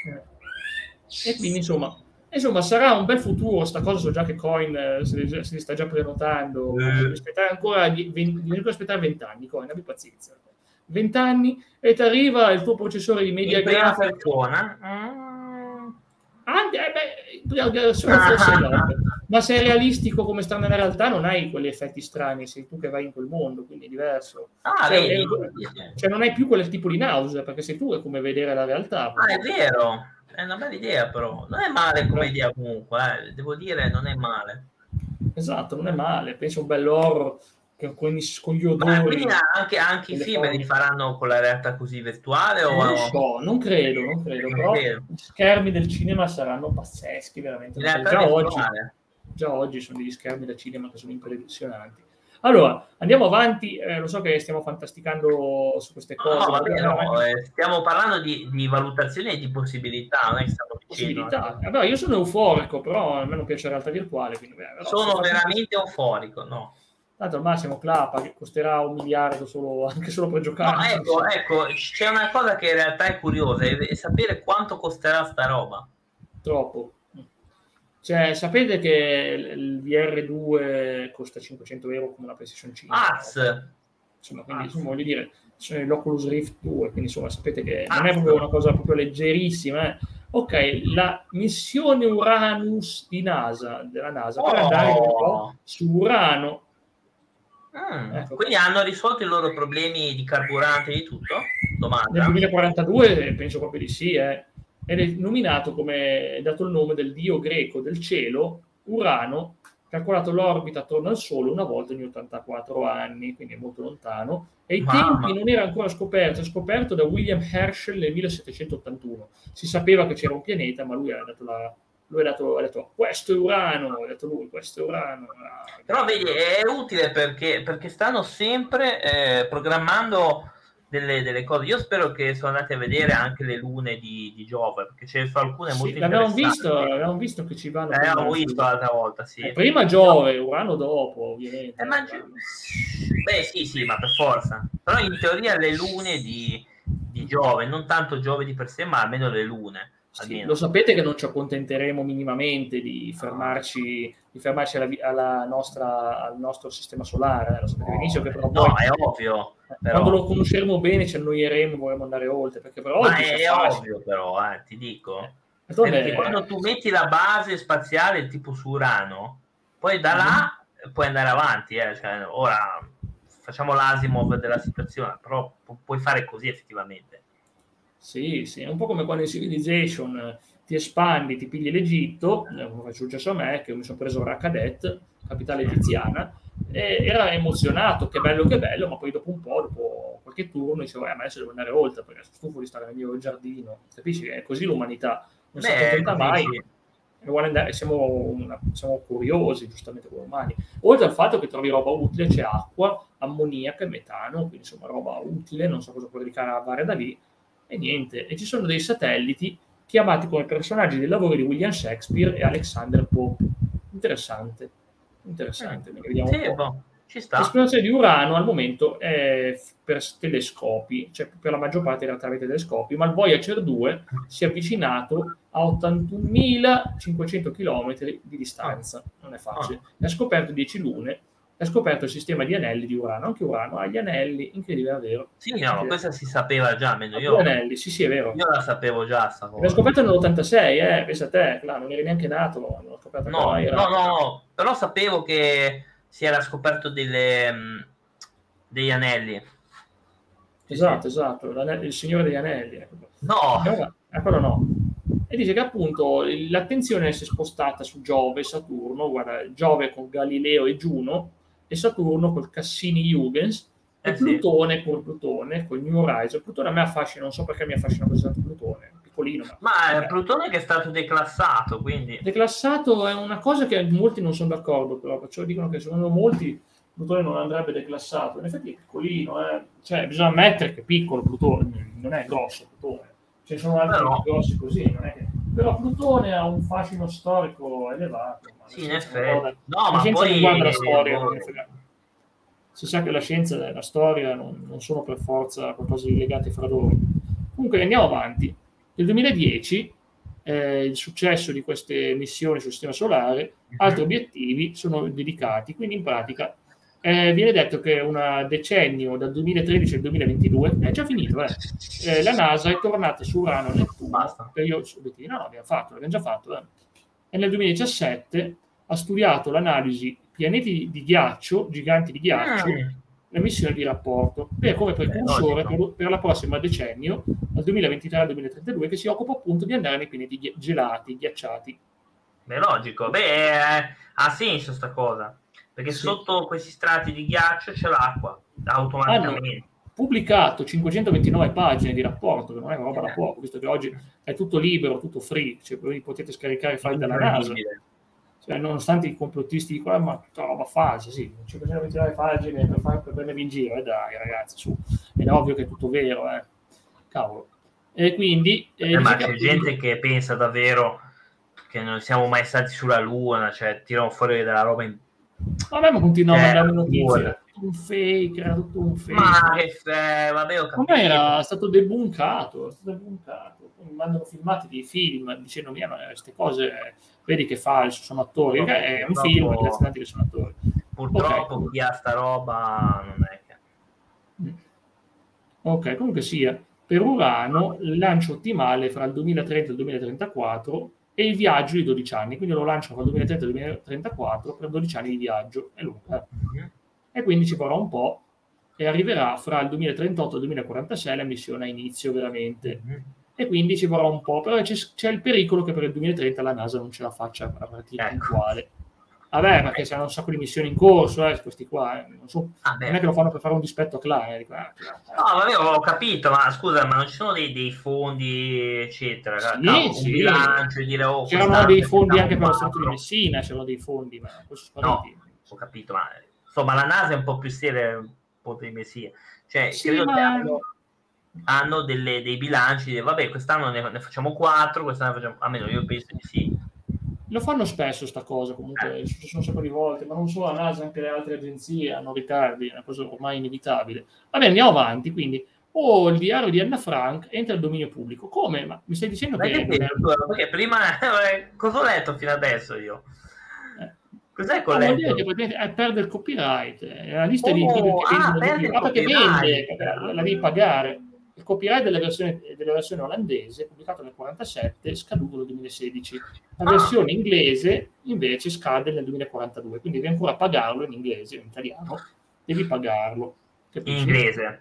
[SPEAKER 1] eh. E quindi insomma insomma sarà un bel futuro sta cosa. So già che Coin eh, se, li, se li sta già prenotando, eh. devi aspettare ancora devi aspettare vent'anni, Coin, abbi pazienza, vent'anni e ti arriva il tuo processore di media grafica.
[SPEAKER 2] persona. Mm.
[SPEAKER 1] Anche, eh beh, solo forse no. Ma se è realistico come sta nella realtà, non hai quegli effetti strani, sei tu che vai in quel mondo, quindi è diverso.
[SPEAKER 2] Ah,
[SPEAKER 1] cioè,
[SPEAKER 2] vedi?
[SPEAKER 1] è, cioè non hai più quel tipo di nausea, perché sei tu che è come vedere la realtà.
[SPEAKER 2] Ah, è vero, è una bella idea però. Non è male come idea comunque, eh. Devo dire, non è male.
[SPEAKER 1] Esatto, non è male. Penso un bell'horror che con, con gli odori.
[SPEAKER 2] Ma quindi anche, anche i film li faranno con la realtà così virtuale? O...
[SPEAKER 1] Non so, non credo, non credo, non però credo. Gli schermi del cinema saranno pazzeschi, veramente. Già oggi, già oggi sono degli schermi da cinema che sono impressionanti. Allora, andiamo avanti, eh, lo so che stiamo fantasticando su queste cose.
[SPEAKER 2] No, vabbè, no, eh, stiamo parlando di, di valutazioni e di possibilità, non è che stiamo dicendo.
[SPEAKER 1] Possibilità. Eh, beh, io sono euforico, però a me non piace la realtà virtuale. Quindi, beh, però,
[SPEAKER 2] sono veramente euforico, no?
[SPEAKER 1] Tanto al massimo clapa, che costerà un miliardo solo, anche solo per giocare.
[SPEAKER 2] No, ecco, ecco, c'è una cosa che in realtà è curiosa, è, è sapere quanto costerà sta roba.
[SPEAKER 1] Troppo. Cioè, sapete che il V R due costa cinquecento euro come una PlayStation cinque?
[SPEAKER 2] Az!
[SPEAKER 1] Insomma, quindi, insomma, voglio dire, sono l'Oculus Rift due, quindi insomma, sapete che non è proprio una cosa proprio leggerissima. Eh. Ok, la missione Uranus di NASA, della NASA,
[SPEAKER 2] oh.
[SPEAKER 1] per andare un po' su Urano.
[SPEAKER 2] Mm, ecco. Quindi hanno risolto i loro problemi di carburante e di tutto? Domanda.
[SPEAKER 1] Nel duemilaquarantadue penso proprio di sì, eh. Ed è nominato come, è dato il nome del dio greco del cielo, Urano, calcolato l'orbita attorno al Sole una volta ogni ottantaquattro anni, quindi è molto lontano, e ai
[SPEAKER 2] Mamma.
[SPEAKER 1] tempi non era ancora scoperto, è scoperto da William Herschel nel millesettecentottantuno. Si sapeva che c'era un pianeta, ma lui ha dato la... Lui ha, dato, ha detto, questo è Urano, ha detto lui, questo è Urano. Ah,
[SPEAKER 2] però vedi, è utile perché, perché stanno sempre eh, programmando delle, delle cose. Io spero che sono andati a vedere anche le lune di, di Giove, perché ce ne sono alcune
[SPEAKER 1] sì,
[SPEAKER 2] molto
[SPEAKER 1] l'abbiamo
[SPEAKER 2] interessanti.
[SPEAKER 1] Visto, l'abbiamo visto che ci vanno.
[SPEAKER 2] Eh, l'abbiamo visto l'altra volta, sì.
[SPEAKER 1] Eh, prima Giove, Urano dopo, ovviamente.
[SPEAKER 2] Eh, ma... Beh, sì, sì, ma per forza. Però in teoria le lune di, di Giove, non tanto Giove di per sé, ma almeno le lune.
[SPEAKER 1] Sì, lo sapete che non ci accontenteremo minimamente di fermarci, di fermarci alla, alla nostra, al nostro sistema solare. Eh? Lo sapete benissimo che però
[SPEAKER 2] no,
[SPEAKER 1] poi,
[SPEAKER 2] è ovvio. Però...
[SPEAKER 1] Quando lo conosceremo bene ci annoieremo, vorremmo andare oltre. Perché per
[SPEAKER 2] Ma
[SPEAKER 1] oggi
[SPEAKER 2] è ovvio, però, eh, ti dico.
[SPEAKER 1] Eh,
[SPEAKER 2] perché è... quando tu metti la base spaziale tipo su Urano, poi da là mm-hmm. puoi andare avanti. Eh? Cioè, ora facciamo l'Asimov della situazione, però pu- puoi fare così effettivamente.
[SPEAKER 1] Sì, sì, è un po' come quando in Civilization ti espandi, ti pigli l'Egitto, come faccio successo a me, che mi sono preso Rakadet, capitale egiziana, e era emozionato, che bello, che bello, ma poi dopo un po', dopo qualche turno, dicevo, eh, ma adesso devo andare oltre, perché sono stufo di stare nel mio giardino, capisci? È così l'umanità, non si accontenta mai, e vuole andare, siamo, una, siamo curiosi, giustamente come umani. Oltre al fatto che trovi roba utile, c'è acqua, ammoniaca e metano, quindi insomma roba utile, non so cosa puoi ricavare da lì, e niente, e ci sono dei satelliti chiamati come personaggi dei lavori di William Shakespeare e Alexander Pope. Interessante, interessante.
[SPEAKER 2] Eh,
[SPEAKER 1] vediamo
[SPEAKER 2] sì,
[SPEAKER 1] un po'.
[SPEAKER 2] Boh, ci sta.
[SPEAKER 1] L'esplorazione di Urano al momento è per telescopi, cioè per la maggior parte era tramite telescopi, ma il Voyager due si è avvicinato a ottantunomilacinquecento chilometri di distanza, non è facile. Ha scoperto dieci lune, ha scoperto il sistema di anelli di Urano, anche Urano ha gli anelli, incredibile, è vero.
[SPEAKER 2] Sì, no, ma questa si sapeva già, almeno
[SPEAKER 1] io. Gli anelli, sì, sì, è vero.
[SPEAKER 2] Io la sapevo già, sta cosa.
[SPEAKER 1] L'ho scoperto nell'ottantasei, eh, pensa a te, là, non eri neanche nato, l'ho scoperto.
[SPEAKER 2] No, era... no, no, no, però sapevo che si era scoperto delle, um, degli anelli.
[SPEAKER 1] Esatto, sì. esatto, il Signore degli Anelli. Ecco.
[SPEAKER 2] No!
[SPEAKER 1] Eh, quello no. E dice che appunto l'attenzione si è spostata su Giove e Saturno, guarda, Giove con Galileo e Giuno, e Saturno col Cassini-Huygens, e eh Plutone sì. con Plutone, con New Horizon. Plutone a me affascina, non so perché mi affascina così tanto Plutone, piccolino. Ma,
[SPEAKER 2] ma è Plutone che è stato declassato, quindi...
[SPEAKER 1] Declassato è una cosa che molti non sono d'accordo, però, perciò dicono che secondo molti Plutone non andrebbe declassato. In effetti è piccolino, eh. Cioè bisogna ammettere che è piccolo Plutone, non è grosso Plutone. Ce ne sono altri però... grossi così, non è che... Però Plutone ha un fascino storico elevato. Ma
[SPEAKER 2] sì, in effetti.
[SPEAKER 1] Guarda...
[SPEAKER 2] No, ma poi...
[SPEAKER 1] guarda la storia, non si sa che la scienza e la storia non, non sono per forza qualcosa di legati fra loro. Comunque andiamo avanti. Nel duemiladieci eh, il successo di queste missioni sul sistema solare, altri obiettivi sono dedicati, quindi in pratica eh, viene detto che un decennio dal duemilatredici al duemilaventidue è già finito, eh. Eh, la NASA è tornata su Urano e Nettuno per gli obiettivi. No, no, abbiamo fatto, l'abbiamo già fatto. Eh. E nel duemiladiciassette ha studiato l'analisi pianeti di ghiaccio, giganti di ghiaccio,
[SPEAKER 2] Mm.
[SPEAKER 1] la missione di rapporto, per come precursore
[SPEAKER 2] logico.
[SPEAKER 1] per, per la prossima decennio, dal duemilaventitré al duemilatrentadue, che si occupa appunto di andare nei pianeti ghi- gelati, ghiacciati.
[SPEAKER 2] Beh, logico. Beh, eh, ha senso sta cosa. Perché
[SPEAKER 1] Sì.
[SPEAKER 2] sotto questi strati di ghiaccio c'è l'acqua,
[SPEAKER 1] Hanno
[SPEAKER 2] automaticamente.
[SPEAKER 1] pubblicato cinquecentoventinove pagine di rapporto, che non è una roba da poco, visto che oggi è tutto libero, tutto free, cioè voi potete scaricare i file dalla NASA.
[SPEAKER 2] Incredibile.
[SPEAKER 1] Cioè, nonostante i complottisti dicono, "Eh, ma tutta roba falsa", sì, cinquecentoventinove pagine per, fare, per prendervi in giro, eh, dai ragazzi, su, è ovvio che è tutto vero, eh. Cavolo. E quindi... Eh,
[SPEAKER 2] Eh, ma
[SPEAKER 1] dice che
[SPEAKER 2] c'è
[SPEAKER 1] appunto-
[SPEAKER 2] gente che pensa davvero che non siamo mai stati sulla Luna, cioè tirano fuori della roba in...
[SPEAKER 1] Vabbè, ma continuano a
[SPEAKER 2] Eh,
[SPEAKER 1] mandarmi notizie,
[SPEAKER 2] vuole.
[SPEAKER 1] era tutto un fake, era tutto un fake.
[SPEAKER 2] Ma che fe... vabbè, ho
[SPEAKER 1] Ma
[SPEAKER 2] capito.
[SPEAKER 1] era stato debuncato, è stato debuncato. Mi mandano filmati dei film dicendo, mia, ma queste cose, vedi che falso, sono attori.
[SPEAKER 2] Purtroppo-
[SPEAKER 1] È un
[SPEAKER 2] purtroppo-
[SPEAKER 1] film, gli azionati che sono attori.
[SPEAKER 2] Purtroppo
[SPEAKER 1] Ok.
[SPEAKER 2] chi ha sta roba non è che...
[SPEAKER 1] Ok, comunque sia, per Urano il lancio ottimale fra il duemilatrenta e il duemilatrentaquattro e il viaggio di dodici anni, quindi lo lanciano fra il duemilatrenta e il duemilatrentaquattro per dodici anni di viaggio, è lunga.
[SPEAKER 2] Mhm.
[SPEAKER 1] E quindi ci vorrà un po' e arriverà fra il duemilatrentotto e il duemilaquarantasei la missione a inizio veramente.
[SPEAKER 2] Mhm.
[SPEAKER 1] E quindi ci vorrà un po', però c'è, c'è il pericolo che per il duemilatrenta la NASA non ce la faccia a partire
[SPEAKER 2] Ecco.
[SPEAKER 1] puntuale. Vabbè, perché c'hanno un sacco di missioni in corso, eh, questi qua, eh, non, so,
[SPEAKER 2] Ah, beh.
[SPEAKER 1] non è che lo fanno per fare un dispetto a Klein. Eh, dico, ah,
[SPEAKER 2] No, vabbè, ho capito, ma scusa, ma non ci sono dei, dei fondi, eccetera?
[SPEAKER 1] Sì,
[SPEAKER 2] Cavolo, un
[SPEAKER 1] sì.
[SPEAKER 2] bilancio e dire, oh,
[SPEAKER 1] c'erano
[SPEAKER 2] quest'anno
[SPEAKER 1] dei fondi anche per lo
[SPEAKER 2] facciamo
[SPEAKER 1] Stato di
[SPEAKER 2] quattro.
[SPEAKER 1] Messina, c'erano dei fondi, ma poi sono
[SPEAKER 2] No,
[SPEAKER 1] spariti.
[SPEAKER 2] ho capito, ma insomma la NASA è un po' più seria un po' di Messia. Cioè,
[SPEAKER 1] Sì,
[SPEAKER 2] credo
[SPEAKER 1] ma-
[SPEAKER 2] che hanno, hanno delle, dei bilanci, di, vabbè, quest'anno ne, ne facciamo quattro, quest'anno ne facciamo, almeno io penso di sì.
[SPEAKER 1] Lo fanno spesso sta cosa, comunque, è successo un sacco di volte, ma non solo la NASA, anche le altre agenzie hanno ritardi, è una cosa ormai inevitabile. Vabbè, andiamo avanti, quindi. Oh, il diario di Anna Frank entra al dominio pubblico. Come? Ma mi stai dicendo
[SPEAKER 2] Ma
[SPEAKER 1] che...
[SPEAKER 2] che
[SPEAKER 1] non è-
[SPEAKER 2] senso? Perché prima, cosa ho letto fino adesso io?
[SPEAKER 1] eh,
[SPEAKER 2] Cos'è che ho
[SPEAKER 1] no, vuol
[SPEAKER 2] letto?
[SPEAKER 1] dire che praticamente, eh, perde il copyright, è la lista di
[SPEAKER 2] Oh,
[SPEAKER 1] libri che
[SPEAKER 2] ah,
[SPEAKER 1] vendono di
[SPEAKER 2] perde
[SPEAKER 1] più.
[SPEAKER 2] il
[SPEAKER 1] Ah, perché
[SPEAKER 2] copyright.
[SPEAKER 1] vende, perché la, la devi pagare. Il copyright della versione, della versione olandese, pubblicato nel quarantasette, scaduto nel duemilasedici. La
[SPEAKER 2] Ah.
[SPEAKER 1] versione inglese invece scade nel duemilaquarantadue, quindi devi ancora pagarlo in inglese, in italiano, devi pagarlo.
[SPEAKER 2] In
[SPEAKER 1] Capisci?
[SPEAKER 2] inglese.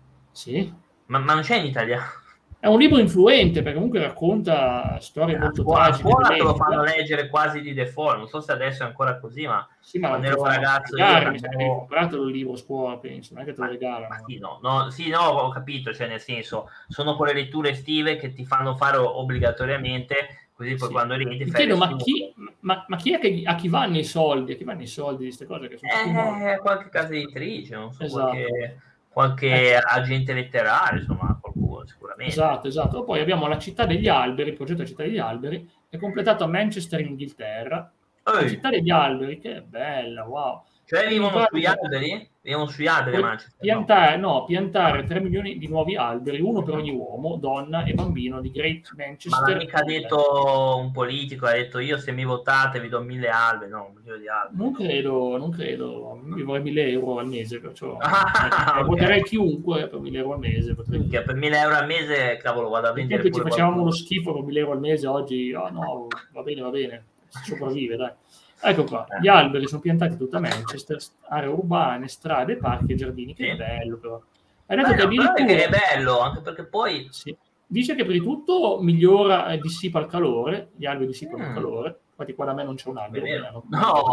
[SPEAKER 1] Sì.
[SPEAKER 2] Ma, ma non c'è in italiano?
[SPEAKER 1] È un libro influente perché comunque racconta storie
[SPEAKER 2] A
[SPEAKER 1] molto
[SPEAKER 2] scuola, a
[SPEAKER 1] tragiche
[SPEAKER 2] scuola te lo
[SPEAKER 1] dell'epoca.
[SPEAKER 2] fanno leggere quasi di default, non so se adesso è ancora così, ma
[SPEAKER 1] Sì, ma non
[SPEAKER 2] quando
[SPEAKER 1] te
[SPEAKER 2] ero
[SPEAKER 1] lo vanno a
[SPEAKER 2] ragazzo
[SPEAKER 1] regalare,
[SPEAKER 2] io
[SPEAKER 1] mi sa che devi
[SPEAKER 2] andavo-
[SPEAKER 1] compratelo il libro a scuola, penso, non è che te lo
[SPEAKER 2] Ma,
[SPEAKER 1] regalano.
[SPEAKER 2] ma sì, no, no, sì, no, ho capito, cioè nel senso, sono quelle letture estive che ti fanno fare obbligatoriamente, così poi
[SPEAKER 1] Sì.
[SPEAKER 2] quando rientri
[SPEAKER 1] Mi
[SPEAKER 2] fai
[SPEAKER 1] chiedo, ma
[SPEAKER 2] riassunto.
[SPEAKER 1] chi, ma, ma chi è che a chi vanno i soldi? A chi vanno i soldi di queste cose che sono tutti morti?
[SPEAKER 2] Eh, qualche casa editrice, non so,
[SPEAKER 1] Esatto.
[SPEAKER 2] qualche, qualche
[SPEAKER 1] Ecco.
[SPEAKER 2] agente letterario, insomma, qualcuno sicuramente.
[SPEAKER 1] Esatto, esatto. Poi abbiamo la città degli alberi, il progetto della città degli alberi, è completato a Manchester, in Inghilterra. La
[SPEAKER 2] Ehi,
[SPEAKER 1] città degli alberi, che bella, wow.
[SPEAKER 2] cioè
[SPEAKER 1] Quindi
[SPEAKER 2] vivono
[SPEAKER 1] in
[SPEAKER 2] sugli
[SPEAKER 1] pratica-
[SPEAKER 2] alberi? Vivono sugli alberi a
[SPEAKER 1] Puoi
[SPEAKER 2] Manchester, no?
[SPEAKER 1] piantare, no, piantare tre milioni di nuovi alberi, uno per ogni uomo, donna e bambino di Great
[SPEAKER 2] Ma
[SPEAKER 1] Manchester.
[SPEAKER 2] l'ha mica detto un politico, ha detto io se mi votate vi do mille alberi, no, un milione di alberi.
[SPEAKER 1] Non credo, non credo. Io vorrei mille euro al mese, perciò
[SPEAKER 2] Ah,
[SPEAKER 1] eh,
[SPEAKER 2] ok.
[SPEAKER 1] voterei chiunque per mille euro al mese. Potrei...
[SPEAKER 2] Minchia, per mille euro al mese, cavolo, vado a
[SPEAKER 1] Ai
[SPEAKER 2] vendere
[SPEAKER 1] tempi ci
[SPEAKER 2] pure
[SPEAKER 1] facevamo uno
[SPEAKER 2] qualcuno.
[SPEAKER 1] schifo con mille euro al mese, oggi oh, no, va bene, va bene, si sopravvive, dai. Ecco qua, gli alberi sono piantati tutta Manchester, aree urbane, strade, parchi e giardini. Che
[SPEAKER 2] Sì.
[SPEAKER 1] bello però. Hai detto che
[SPEAKER 2] Bello, però è
[SPEAKER 1] addirittura...
[SPEAKER 2] che è bello, anche perché poi...
[SPEAKER 1] Sì. Dice che per di tutto migliora e dissipa il calore, gli alberi dissipano il
[SPEAKER 2] Mm.
[SPEAKER 1] calore, infatti qua da me non c'è un albero.
[SPEAKER 2] Vero?
[SPEAKER 1] me ne hanno-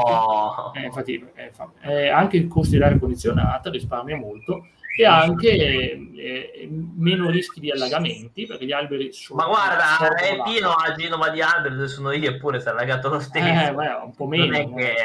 [SPEAKER 2] No!
[SPEAKER 1] Eh, infatti, eh, fa- eh, anche il costo dell'aria condizionata risparmia molto e anche eh, eh, meno rischi di allagamenti perché gli alberi sono...
[SPEAKER 2] Ma guarda,
[SPEAKER 1] assorbono
[SPEAKER 2] è
[SPEAKER 1] l'acqua.
[SPEAKER 2] pieno a Genova di alberi dove sono io, eppure si è allagato lo stesso.
[SPEAKER 1] Eh, beh, un po' meno.
[SPEAKER 2] Non è
[SPEAKER 1] no?
[SPEAKER 2] che...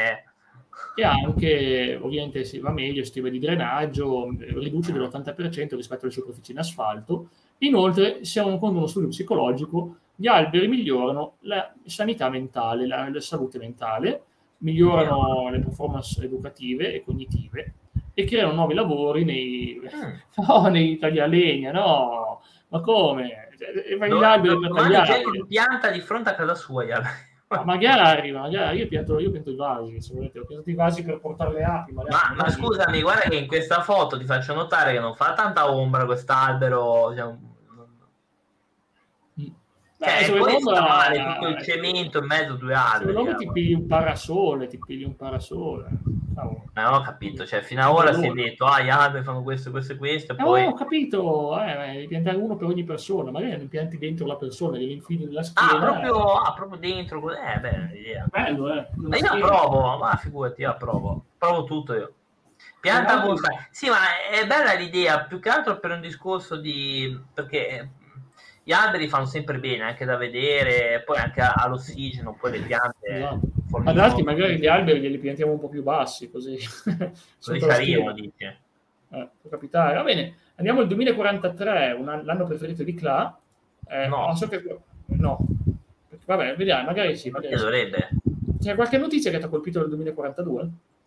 [SPEAKER 1] E anche, ovviamente, si va meglio, sistema di drenaggio, eh, riduce dell'ottanta per cento rispetto alle superfici in asfalto. Inoltre, secondo uno studio psicologico, gli alberi migliorano la sanità mentale, la, la salute mentale, migliorano le performance educative e cognitive e creano nuovi lavori nei,
[SPEAKER 2] Mm.
[SPEAKER 1] no, nei taglialegna, no, ma come? Cioè, ma gli
[SPEAKER 2] Dove-
[SPEAKER 1] alberi per
[SPEAKER 2] domani
[SPEAKER 1] tagliare.
[SPEAKER 2] gente li pianta di fronte a casa sua gli alberi.
[SPEAKER 1] Ma magari, magari io pianto, io pianto i vasi, se volete, ho piantato i vasi per portare le api. magari-
[SPEAKER 2] Ma, ma
[SPEAKER 1] magari-
[SPEAKER 2] scusami, guarda che in questa foto ti faccio notare che non fa tanta ombra quest'albero. Cioè, Cioè,
[SPEAKER 1] se
[SPEAKER 2] poi
[SPEAKER 1] volendo,
[SPEAKER 2] sta male tutto il cemento in mezzo a due
[SPEAKER 1] se
[SPEAKER 2] alberi.
[SPEAKER 1] volendo ti pigli un parasole, ti pigli un parasole.
[SPEAKER 2] No, non ho capito, cioè fino ad ora si è detto, ah, gli alberi fanno questo, questo e questo, e
[SPEAKER 1] Eh,
[SPEAKER 2] poi...
[SPEAKER 1] ho capito, eh, devi piantare uno per ogni persona, magari non pianti dentro la persona, glieli infili nella
[SPEAKER 2] Ah,
[SPEAKER 1] schiena.
[SPEAKER 2] proprio, ah, proprio dentro, eh, beh, idea.
[SPEAKER 1] Bello, eh.
[SPEAKER 2] Ma io approvo, ma figurati, io approvo, provo tutto io. Pianta
[SPEAKER 1] Altri...
[SPEAKER 2] bonsai. Sì, ma è bella l'idea, più che altro per un discorso di... perché gli alberi fanno sempre bene, anche da vedere, poi anche all'ossigeno, poi le piante...
[SPEAKER 1] Esatto.
[SPEAKER 2] Forniscono...
[SPEAKER 1] Ad altri magari gli alberi glieli piantiamo un po' più bassi, così.
[SPEAKER 2] Così ci arrivano, dice.
[SPEAKER 1] Eh, può capitare. Va bene, andiamo al duemilaquarantatré, un l'anno preferito di Cla. Eh,
[SPEAKER 2] no.
[SPEAKER 1] So che... no. Vabbè, vediamo, magari sì. Magari sì.
[SPEAKER 2] Dovrebbe.
[SPEAKER 1] C'è qualche notizia che ti ha colpito nel duemilaquarantadue?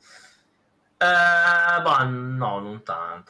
[SPEAKER 2] Eh, bah, no, non tanto.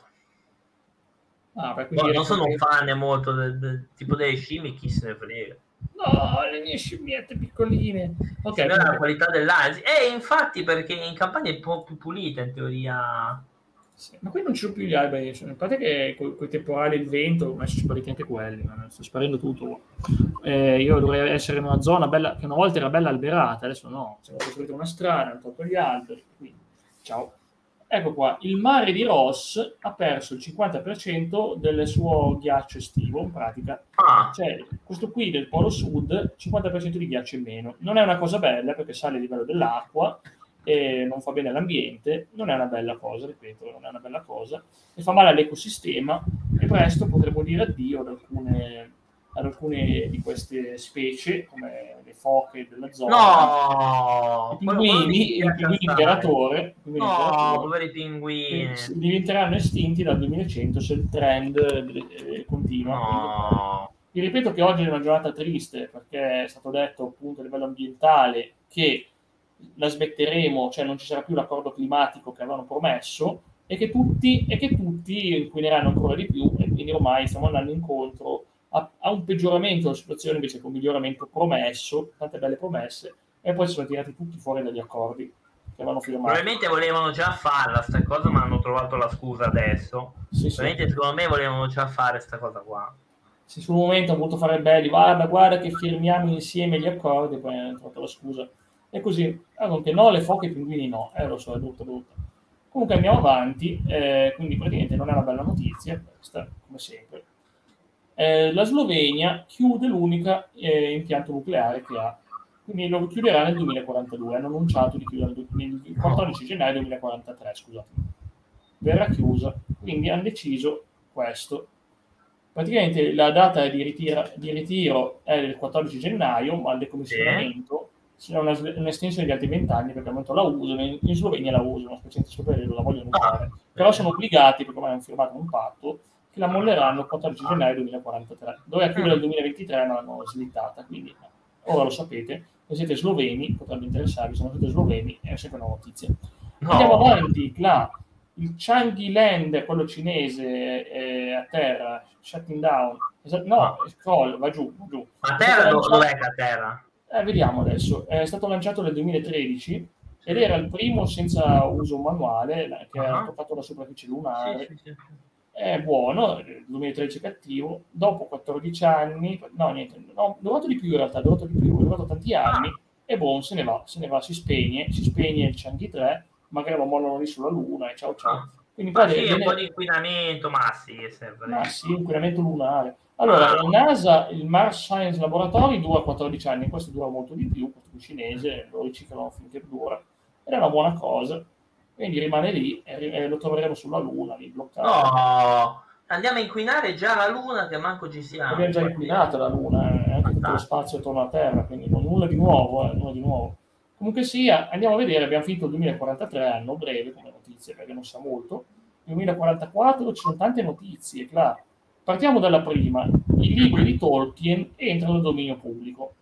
[SPEAKER 1] Ah, beh,
[SPEAKER 2] no, non sono
[SPEAKER 1] che...
[SPEAKER 2] un fan molto del, del tipo delle scimmie, chi se ne frega.
[SPEAKER 1] No, le mie scimmiette piccoline. Ok.
[SPEAKER 2] Si vede la qualità dell'aria. E eh, infatti, perché in campagna è un po' più pulita in teoria.
[SPEAKER 1] Sì, ma qui non ci sono più gli alberi, a parte che con i temporali e il vento ormai sono spariti anche quelli, ma sta sparendo tutto. Eh, io dovrei essere in una zona bella, che una volta era bella alberata, adesso no, ci hanno costruito una strada, hanno tolto gli alberi, quindi ciao. Ecco qua, il mare di Ross ha perso il cinquanta per cento del suo ghiaccio estivo, in pratica.
[SPEAKER 2] Ah.
[SPEAKER 1] Cioè, questo qui del Polo Sud, cinquanta per cento di ghiaccio in meno. Non è una cosa bella perché sale il livello dell'acqua, e non fa bene all'ambiente, non è una bella cosa, ripeto, non è una bella cosa, e fa male all'ecosistema, e presto potremo dire addio ad alcune, ad alcune di queste specie, come le foche della zona,
[SPEAKER 2] no,
[SPEAKER 1] i pinguini, i pinguini imperatore,
[SPEAKER 2] no, poveri pinguini,
[SPEAKER 1] diventeranno estinti dal duemilacento se il trend eh, continua.
[SPEAKER 2] No.
[SPEAKER 1] Vi ripeto che oggi è una giornata triste, perché è stato detto appunto a livello ambientale che la smetteremo, cioè non ci sarà più l'accordo climatico che avevano promesso, e che tutti, e che tutti inquineranno ancora di più, e quindi ormai stiamo andando incontro a, a un peggioramento della situazione invece che un miglioramento promesso, tante belle promesse, e poi si sono tirati tutti fuori dagli accordi che avevano firmato.
[SPEAKER 2] Probabilmente volevano già farla sta cosa, ma hanno trovato la scusa adesso. Sì, probabilmente sì. Secondo me volevano già fare sta cosa qua.
[SPEAKER 1] Sì, sul momento hanno voluto fare belli, guarda, guarda che firmiamo insieme gli accordi, poi hanno trovato la scusa. E così, allora, che no, le foche e i pinguini no, eh lo so, è brutto, brutto. Comunque andiamo avanti, eh, quindi praticamente non è una bella notizia, questa, come sempre. Eh, la Slovenia chiude l'unica eh, impianto nucleare che ha, quindi lo chiuderà nel duemilaquarantadue, hanno annunciato di chiudere il quattordici gennaio duemilaquarantatré, scusate. Verrà chiusa, quindi hanno deciso questo. Praticamente la data di, ritira, di ritiro è il quattordici gennaio, ma il decommissionamento c'è una, un'estensione di altri vent'anni, perché al momento la usano, in, in Slovenia la usano, specialmente questo periodo la vogliono usare, però sono obbligati, perché ormai hanno firmato un patto, che la molleranno il quattordici gennaio duemilaquarantatré. Doveva chiudere il duemilaventitré, ma l'hanno slittata, quindi ora lo sapete, se siete sloveni, potrebbe interessarvi, se non siete sloveni è sempre una notizia. No. Andiamo avanti, là, il Changi Land, quello cinese, è a terra, shutting down, no, scroll, va giù, va giù.
[SPEAKER 2] A terra dov'è che a terra?
[SPEAKER 1] Eh, vediamo adesso, è stato lanciato nel duemilatredici ed era il primo senza uso manuale che uh-huh. ha toccato la superficie lunare. Sì, sì, sì. È buono, il duemilatredici è cattivo, dopo quattordici anni, no niente, no, durato di più in realtà, durato di più, è durato tanti anni, ah. e buon, se ne va, se ne va, si spegne, si spegne il Changi tre, magari lo mollano lì sulla Luna e ciao ciao. Ah. Quindi
[SPEAKER 2] ma sì, viene... un po' di inquinamento, ma sì, è sempre...
[SPEAKER 1] Ma sì, inquinamento lunare. Allora, ah. il NASA, il Mars Science Laboratory dura quattordici anni, questo dura molto di più, questo cinese, lo riciclano finché dura, ed è una buona cosa. Quindi rimane lì e, e lo troveremo sulla Luna, lì bloccato.
[SPEAKER 2] No, andiamo a inquinare già la Luna che manco ci siamo.
[SPEAKER 1] Abbiamo già inquinato la Luna, eh, anche tutto lo spazio attorno alla Terra, quindi non nulla di nuovo, eh, nulla di nuovo. Comunque sia, andiamo a vedere, abbiamo finito il duemilaquarantatré, anno breve come notizie, perché non sa molto. duemilaquarantaquattro ci sono tante notizie, clar. Partiamo dalla prima. I libri di Tolkien entrano nel dominio pubblico.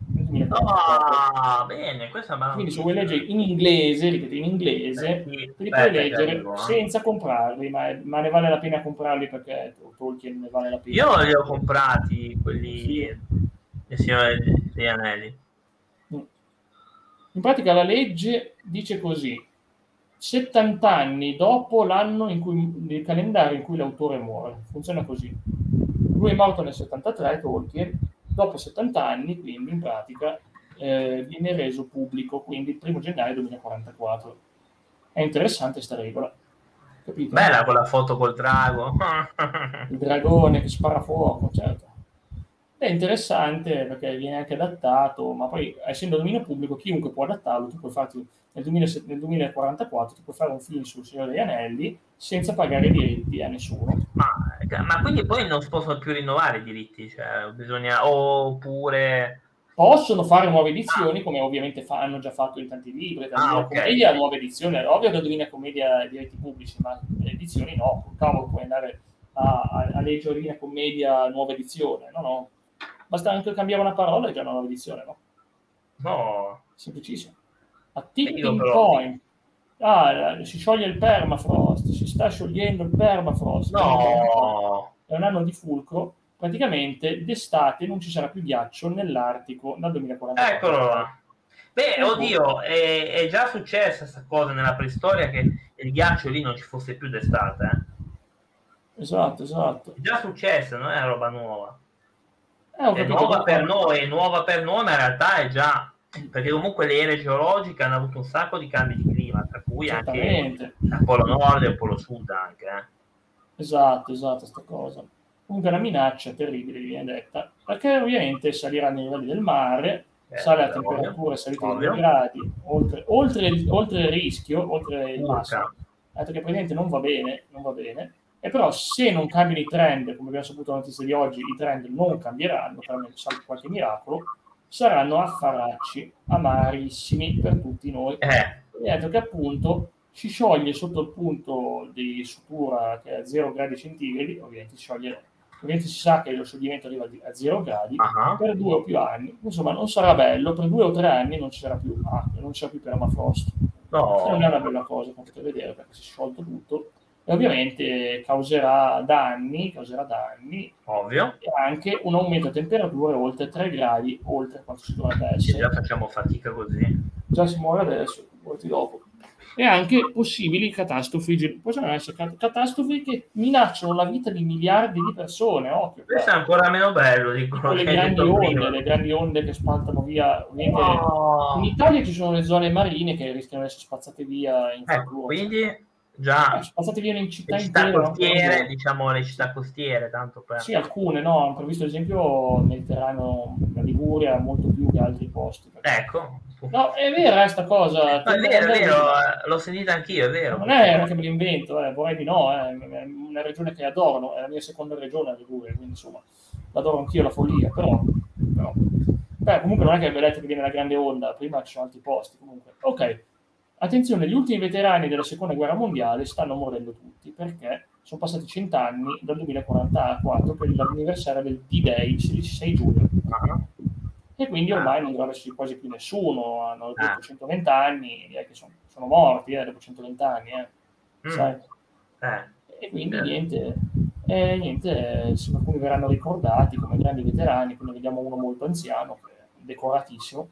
[SPEAKER 2] Ah, bene, questa è
[SPEAKER 1] quindi se vuoi leggere in inglese, ripeto, in inglese, eh, sì, li puoi leggere arrivo, senza eh. comprarli, ma, ma ne vale la pena comprarli perché Tolkien ne vale la pena.
[SPEAKER 2] Io li ho comprati, quelli sì. del Signore degli Anelli.
[SPEAKER 1] In pratica la legge dice così: settanta anni dopo l'anno in cui il calendario in cui l'autore muore. Funziona così. Lui è morto nel settantatré, Tolkien, dopo settanta anni, quindi in pratica eh, viene reso pubblico, quindi il primo gennaio duemilaquarantaquattro. È interessante sta regola, capito?
[SPEAKER 2] Bella quella foto col drago.
[SPEAKER 1] Il dragone che spara fuoco, certo. È interessante perché viene anche adattato, ma poi essendo dominio pubblico chiunque può adattarlo. Tu puoi farti nel, duemilasette nel duemilaquarantaquattro tu puoi fare un film sul Signore degli Anelli senza pagare i diritti a nessuno.
[SPEAKER 2] Ma, ma quindi poi non si possono più rinnovare i diritti, cioè bisogna, oppure...
[SPEAKER 1] Possono fare nuove edizioni, come ovviamente fa, hanno già fatto in tanti libri, da
[SPEAKER 2] Ah,
[SPEAKER 1] Divina
[SPEAKER 2] ok.
[SPEAKER 1] Commedia, nuove edizioni, è ovvio che Divina Commedia diritti pubblici, ma le edizioni no, con cavolo puoi andare a, a, a leggere Divina Commedia nuova edizione, no no, basta anche cambiare una parola e già una nuova edizione, no?
[SPEAKER 2] No.
[SPEAKER 1] Semplicissimo. A
[SPEAKER 2] Io
[SPEAKER 1] tipping
[SPEAKER 2] però...
[SPEAKER 1] point. Ah, si scioglie il permafrost, si sta sciogliendo il permafrost.
[SPEAKER 2] No.
[SPEAKER 1] È un anno di fulcro. Praticamente d'estate non ci sarà più ghiaccio nell'Artico dal duemilaquarantaquattro.
[SPEAKER 2] Eccolo là. Beh,
[SPEAKER 1] Ecco.
[SPEAKER 2] oddio, è, è già successa questa cosa nella preistoria, che il ghiaccio lì non ci fosse più d'estate. Eh?
[SPEAKER 1] Esatto, esatto.
[SPEAKER 2] È già successa, non è roba nuova.
[SPEAKER 1] Eh, ho
[SPEAKER 2] È
[SPEAKER 1] capito,
[SPEAKER 2] nuova
[SPEAKER 1] dopo-
[SPEAKER 2] per noi, è nuova per noi, ma in realtà è già... Perché comunque le ere geologiche hanno avuto un sacco di cambi di clima, tra cui anche
[SPEAKER 1] Certamente.
[SPEAKER 2] il polo nord e il polo sud anche. Eh.
[SPEAKER 1] Esatto, esatto, sta cosa. Comunque è una minaccia terribile, viene detta, perché ovviamente saliranno i livelli del mare,
[SPEAKER 2] Eh,
[SPEAKER 1] sale la
[SPEAKER 2] ovvio,
[SPEAKER 1] temperatura, è salita di
[SPEAKER 2] ovvio.
[SPEAKER 1] due gradi, oltre, oltre, il, oltre il rischio, oltre il
[SPEAKER 2] Urca.
[SPEAKER 1] massimo. Ha detto che praticamente non va bene, non va bene, e però se non cambiano i trend, come abbiamo saputo la notizia di oggi, i trend non cambieranno, tranne salvo qualche miracolo, saranno affaracci amarissimi per tutti noi.
[SPEAKER 2] Eh.
[SPEAKER 1] E ha detto che appunto si scioglie sotto il punto di sutura che è a zero gradi centigradi, ovviamente si scioglie, ovviamente si sa che lo scioglimento arriva a zero gradi,
[SPEAKER 2] Uh-huh.
[SPEAKER 1] per due o più anni, insomma non sarà bello, per due o tre anni non ci sarà più acqua, non ci sarà più permafrost.
[SPEAKER 2] No.
[SPEAKER 1] Non è una bella cosa, come potete vedere, perché si è sciolto tutto, e ovviamente causerà danni, causerà danni,
[SPEAKER 2] Ovvio.
[SPEAKER 1] e anche un aumento di temperature oltre tre gradi, oltre quanto si dovrebbe
[SPEAKER 2] Che
[SPEAKER 1] essere.
[SPEAKER 2] già facciamo fatica così.
[SPEAKER 1] Già si muore adesso, molti dopo. E anche possibili catastrofi, possono essere cat- catastrofi che minacciano la vita di miliardi di persone, occhio.
[SPEAKER 2] Questo è ancora meno bello di quello
[SPEAKER 1] Le
[SPEAKER 2] che hai
[SPEAKER 1] grandi
[SPEAKER 2] detto
[SPEAKER 1] onde,
[SPEAKER 2] prima.
[SPEAKER 1] le grandi onde che spaltano via. Ovviamente
[SPEAKER 2] No.
[SPEAKER 1] in Italia ci sono le zone marine che rischiano di essere spazzate via in
[SPEAKER 2] Ecco,
[SPEAKER 1] futuro.
[SPEAKER 2] quindi già
[SPEAKER 1] Eh, spazzate via in città
[SPEAKER 2] le città
[SPEAKER 1] intere.
[SPEAKER 2] costiere,
[SPEAKER 1] no?
[SPEAKER 2] diciamo le città costiere, tanto per...
[SPEAKER 1] Sì, alcune, no, hanno previsto ad esempio il Mediterraneo, la Liguria, molto più che altri posti. Perché...
[SPEAKER 2] Ecco.
[SPEAKER 1] No, è vera sta cosa.
[SPEAKER 2] No, è vero, è vero, l'ho sentita anch'io, è vero.
[SPEAKER 1] Non è che me l'invento, eh, vorrei di no, eh. È una regione che adoro, è la mia seconda regione la Liguria, quindi insomma l'adoro anch'io la follia, però, però. Beh, comunque non è che vedete che viene la grande onda, prima ci sono altri posti, comunque. Ok, attenzione, gli ultimi veterani della seconda guerra mondiale stanno morendo tutti, perché sono passati cent'anni dal duemilaquarantaquattro per l'anniversario del D-Day, il sei giugno.
[SPEAKER 2] Uh-huh.
[SPEAKER 1] E quindi ormai non dovrebbe esserci quasi più nessuno, hanno
[SPEAKER 2] Ah.
[SPEAKER 1] centoventi anni, direi che sono, sono morti eh, dopo centoventi anni, eh.
[SPEAKER 2] Mm.
[SPEAKER 1] Sai?
[SPEAKER 2] Eh.
[SPEAKER 1] E quindi
[SPEAKER 2] Eh.
[SPEAKER 1] niente, eh, niente eh, alcuni verranno ricordati come grandi veterani, quindi vediamo uno molto anziano, decoratissimo,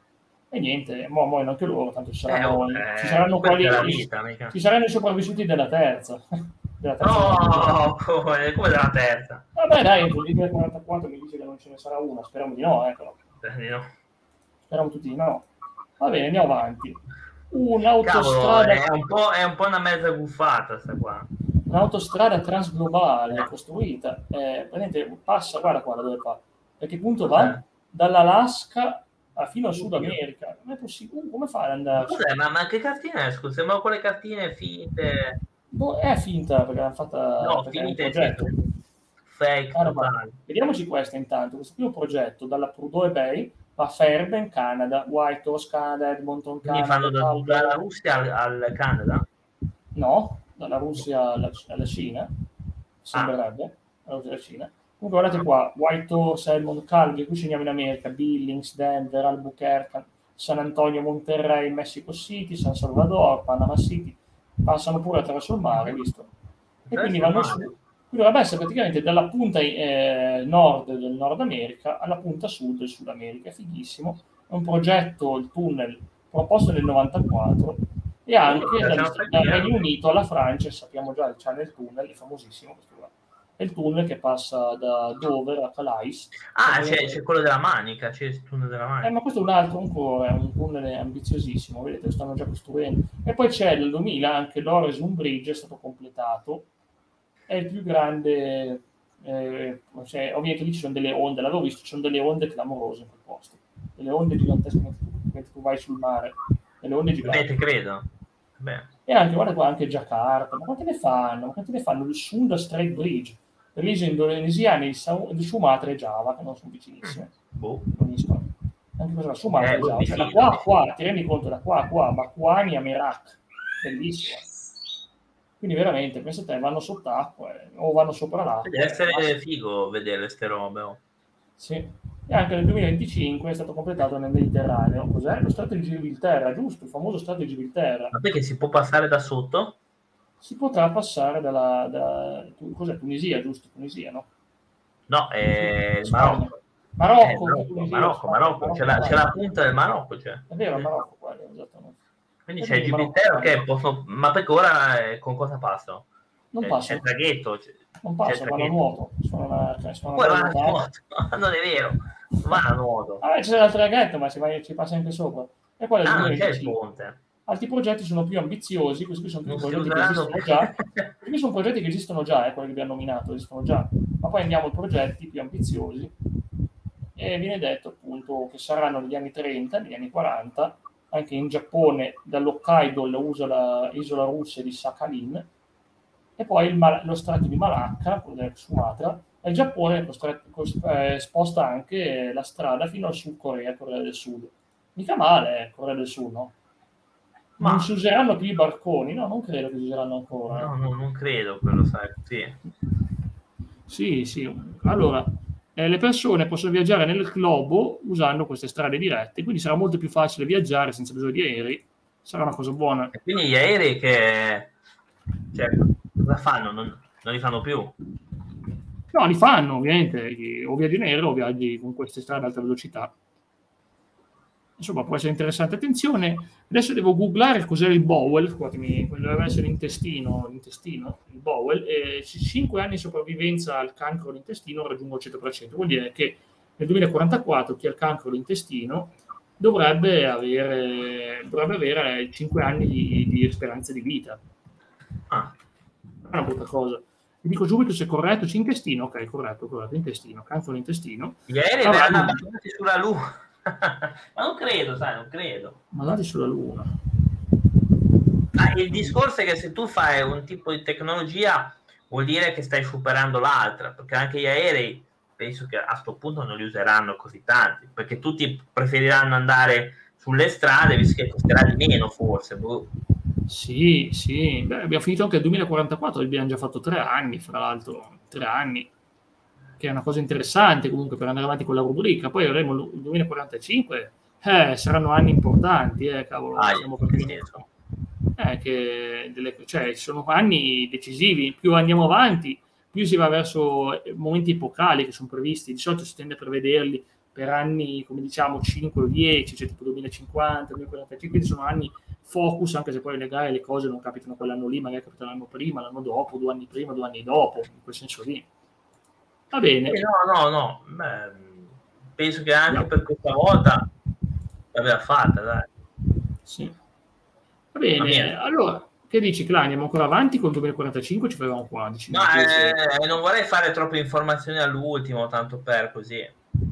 [SPEAKER 1] e niente, mo muoiono anche loro, tanto ci saranno,
[SPEAKER 2] Eh,
[SPEAKER 1] ci saranno quelli,
[SPEAKER 2] la vita, mica.
[SPEAKER 1] ci saranno i sopravvissuti della terza. della terza
[SPEAKER 2] No, come, come della terza?
[SPEAKER 1] Vabbè dai, entro il duemilaquarantaquattro mi dice che non ce ne sarà una, speriamo di no, ecco.
[SPEAKER 2] No.
[SPEAKER 1] Speriamo tutti di no. Va bene, andiamo avanti.
[SPEAKER 2] Cavolo,
[SPEAKER 1] Un'autostrada,
[SPEAKER 2] è un po', è un po' una mezza guffata sta qua.
[SPEAKER 1] un'autostrada transglobale costruita, eh, praticamente passa, guarda qua da dove fa, perché punto va?
[SPEAKER 2] Eh.
[SPEAKER 1] Dall'Alaska a fino al Sud America. Non è possibile, uh, come fai ad andare?
[SPEAKER 2] Cos'è? Ma, ma che cartine è? Scusa, sembrano quelle cartine finte.
[SPEAKER 1] Boh, è finta perché l'hanno fatta
[SPEAKER 2] No,
[SPEAKER 1] perché è un
[SPEAKER 2] finte,
[SPEAKER 1] progetto.
[SPEAKER 2] fake
[SPEAKER 1] Ah, no,
[SPEAKER 2] totale.
[SPEAKER 1] vediamoci questa intanto. Questo primo progetto dalla Prudhoe Bay va a Fairbanks, Canada, Whitehorse, Canada, Edmonton,
[SPEAKER 2] Quindi
[SPEAKER 1] Canada.
[SPEAKER 2] fanno da,
[SPEAKER 1] Calgary.
[SPEAKER 2] dalla Russia al, al Canada?
[SPEAKER 1] No, dalla Russia alla, alla Cina, sembrerebbe, alla Russia alla Cina. Comunque guardate qua, Whitehorse, Edmonton, Calgary, qui scendiamo in America, Billings, Denver, Albuquerque, San Antonio, Monterrey, Mexico City, San Salvador, Panama City, passano pure attraverso il mare, visto? E quindi vanno su. Qui dovrebbe essere praticamente dalla punta eh, nord del Nord America alla punta sud del Sud America, è fighissimo. È un progetto, il tunnel, proposto nel novantaquattro, e anche
[SPEAKER 2] Oh,
[SPEAKER 1] dal, dal Regno Unito alla Francia, sappiamo già il Channel Tunnel, è famosissimo questo qua. è il tunnel che passa da Dover a Calais.
[SPEAKER 2] Ah, c'è, c'è quello della Manica, c'è il tunnel della Manica.
[SPEAKER 1] Eh, ma questo è un altro ancora, è un tunnel ambiziosissimo, vedete, lo stanno già costruendo. E poi c'è nel duemila anche l'Horizon Bridge, è stato completato, è il più grande, eh, cioè, ovviamente lì ci sono delle onde, l'avevo visto, ci sono delle onde clamorose in quel posto, delle onde gigantesche mentre tu vai sul mare, delle onde giganti.
[SPEAKER 2] Beh, te credo. Beh.
[SPEAKER 1] E anche, guarda qua, anche Giacarta, ma quante ne fanno? Ma quante ne fanno? Il Sunda Strait Bridge, per le isole indonesiane di Sumatra e Giava, che non sono vicinissime,
[SPEAKER 2] Boh.
[SPEAKER 1] uniscono. Anche cosa, la Sumatra
[SPEAKER 2] Eh,
[SPEAKER 1] e Giava, cioè da
[SPEAKER 2] sì,
[SPEAKER 1] qua a
[SPEAKER 2] sì.
[SPEAKER 1] qua, ti rendi conto, da qua a qua, Bakuani a Merak, bellissimo. Quindi veramente, pensa te, vanno sott'acqua eh, o vanno sopra l'acqua.
[SPEAKER 2] Deve essere
[SPEAKER 1] eh,
[SPEAKER 2] figo vedere queste robe. Oh.
[SPEAKER 1] Sì. E anche nel duemilaventicinque è stato completato nel Mediterraneo. Cos'è? Lo Stretto di Gibilterra, giusto? Il famoso Stretto di Gibilterra.
[SPEAKER 2] Ma perché si può passare da sotto?
[SPEAKER 1] Si potrà passare dalla... Da, cos'è? Tunisia, giusto? Tunisia, no?
[SPEAKER 2] No, è il
[SPEAKER 1] Spagna.
[SPEAKER 2] Marocco.
[SPEAKER 1] Marocco,
[SPEAKER 2] Eh, Marocco,
[SPEAKER 1] Tunisia,
[SPEAKER 2] Marocco,
[SPEAKER 1] Spagna,
[SPEAKER 2] Marocco.
[SPEAKER 1] Marocco,
[SPEAKER 2] C'è, la,
[SPEAKER 1] Spagna.
[SPEAKER 2] c'è la punta del Marocco, c'è.
[SPEAKER 1] È vero, Marocco, qua, esattamente.
[SPEAKER 2] Quindi
[SPEAKER 1] E
[SPEAKER 2] c'è il
[SPEAKER 1] quindi
[SPEAKER 2] Gibilterra,
[SPEAKER 1] Marocco,
[SPEAKER 2] ok, posso... ma perché ora eh, con cosa passo?
[SPEAKER 1] non
[SPEAKER 2] C'è,
[SPEAKER 1] passano.
[SPEAKER 2] c'è il traghetto. C'è,
[SPEAKER 1] Non
[SPEAKER 2] c'è il
[SPEAKER 1] passano, vanno a
[SPEAKER 2] traghetto.
[SPEAKER 1] nuoto. Sono una, cioè, sono
[SPEAKER 2] Poi
[SPEAKER 1] una
[SPEAKER 2] va a nuoto. Non è vero. Va a nuoto.
[SPEAKER 1] Ah, c'è il traghetto, ma ci, vai, ci passa anche sopra. E poi nel
[SPEAKER 2] Ah, non c'è il
[SPEAKER 1] duemilaventicinque.
[SPEAKER 2] ponte.
[SPEAKER 1] Altri progetti sono più ambiziosi, questi qui sono più
[SPEAKER 2] Non si
[SPEAKER 1] progetti che
[SPEAKER 2] useranno
[SPEAKER 1] esistono
[SPEAKER 2] più.
[SPEAKER 1] già. Questi sono progetti che esistono già, eh, quelli che abbiamo nominato, esistono già. Ma poi andiamo ai progetti più ambiziosi e viene detto appunto che saranno negli anni trenta, negli anni quaranta, anche in Giappone, dall'Hokkaido all'isola isola russa di Sakhalin, e poi il, lo stretto di Malacca, quello del Sumatra, e il Giappone costretto, eh, sposta anche la strada fino al Sud Corea, Corea del Sud. Mica male, eh, Corea del Sud, no?
[SPEAKER 2] Ma
[SPEAKER 1] Non si useranno più i barconi? No, non credo che si useranno ancora.
[SPEAKER 2] no,
[SPEAKER 1] Eh.
[SPEAKER 2] no, non credo quello, sai, sì.
[SPEAKER 1] Sì, sì. Allora, eh, le persone possono viaggiare nel globo usando queste strade dirette, quindi sarà molto più facile viaggiare senza bisogno di aerei. Sarà una cosa buona.
[SPEAKER 2] E quindi gli aerei che... Cioè, cosa fanno? Non, non li fanno più?
[SPEAKER 1] No, li fanno, ovviamente. O viaggi in aereo o viaggi con queste strade ad alta velocità. Insomma, può essere interessante. Attenzione, adesso devo googlare cos'è il Bowel, scusatemi, dovrebbe essere l'intestino, l'intestino, il Bowel, e cinque anni di sopravvivenza al cancro all'intestino raggiungo il cento per cento. Vuol dire che nel duemilaquarantaquattro chi ha il cancro all'intestino dovrebbe avere, dovrebbe avere cinque anni di, di speranza di vita.
[SPEAKER 2] Ah.
[SPEAKER 1] È una brutta cosa. Vi dico subito se è corretto, c'è intestino, ok, corretto, corretto, intestino, cancro all'intestino.
[SPEAKER 2] Gli aerei
[SPEAKER 1] Allora,
[SPEAKER 2] verranno abbandonati sulla Luna. Ma non credo, sai, non credo.
[SPEAKER 1] Ma andate sulla Luna.
[SPEAKER 2] Ah, il discorso è che se tu fai un tipo di tecnologia vuol dire che stai superando l'altra, perché anche gli aerei penso che a questo punto non li useranno così tanti, perché tutti preferiranno andare sulle strade visto che costerà di meno forse. Boh.
[SPEAKER 1] Sì, sì. Beh, abbiamo finito anche il duemilaquarantaquattro, abbiamo già fatto tre anni, fra l'altro, tre anni, che è una cosa interessante comunque per andare avanti con la rubrica. Poi avremo il duemilaquarantacinque, eh, saranno anni importanti, eh, cavolo.
[SPEAKER 2] Ah,
[SPEAKER 1] Stiamo partendo. Eh, che delle, cioè, sono anni decisivi, più andiamo avanti, più si va verso momenti epocali che sono previsti, di solito si tende a prevederli per anni, come diciamo, cinque o dieci, cioè tipo duemilacinquanta, duemilaquarantacinque, quindi sono anni focus, anche se poi le gare e le cose non capitano quell'anno lì, magari capitano l'anno prima, l'anno dopo, due anni prima, due anni dopo, in quel senso lì. Va bene.
[SPEAKER 2] Eh, no, no, no. Beh, penso che anche no. per questa volta l'aveva fatta, dai.
[SPEAKER 1] Sì. Va bene, Va allora, che dici, Cla? Andiamo ancora avanti con il duemilaquarantacinque, ci fermiamo qua? Dici,
[SPEAKER 2] no, eh, non vorrei fare troppe informazioni all'ultimo, tanto per così.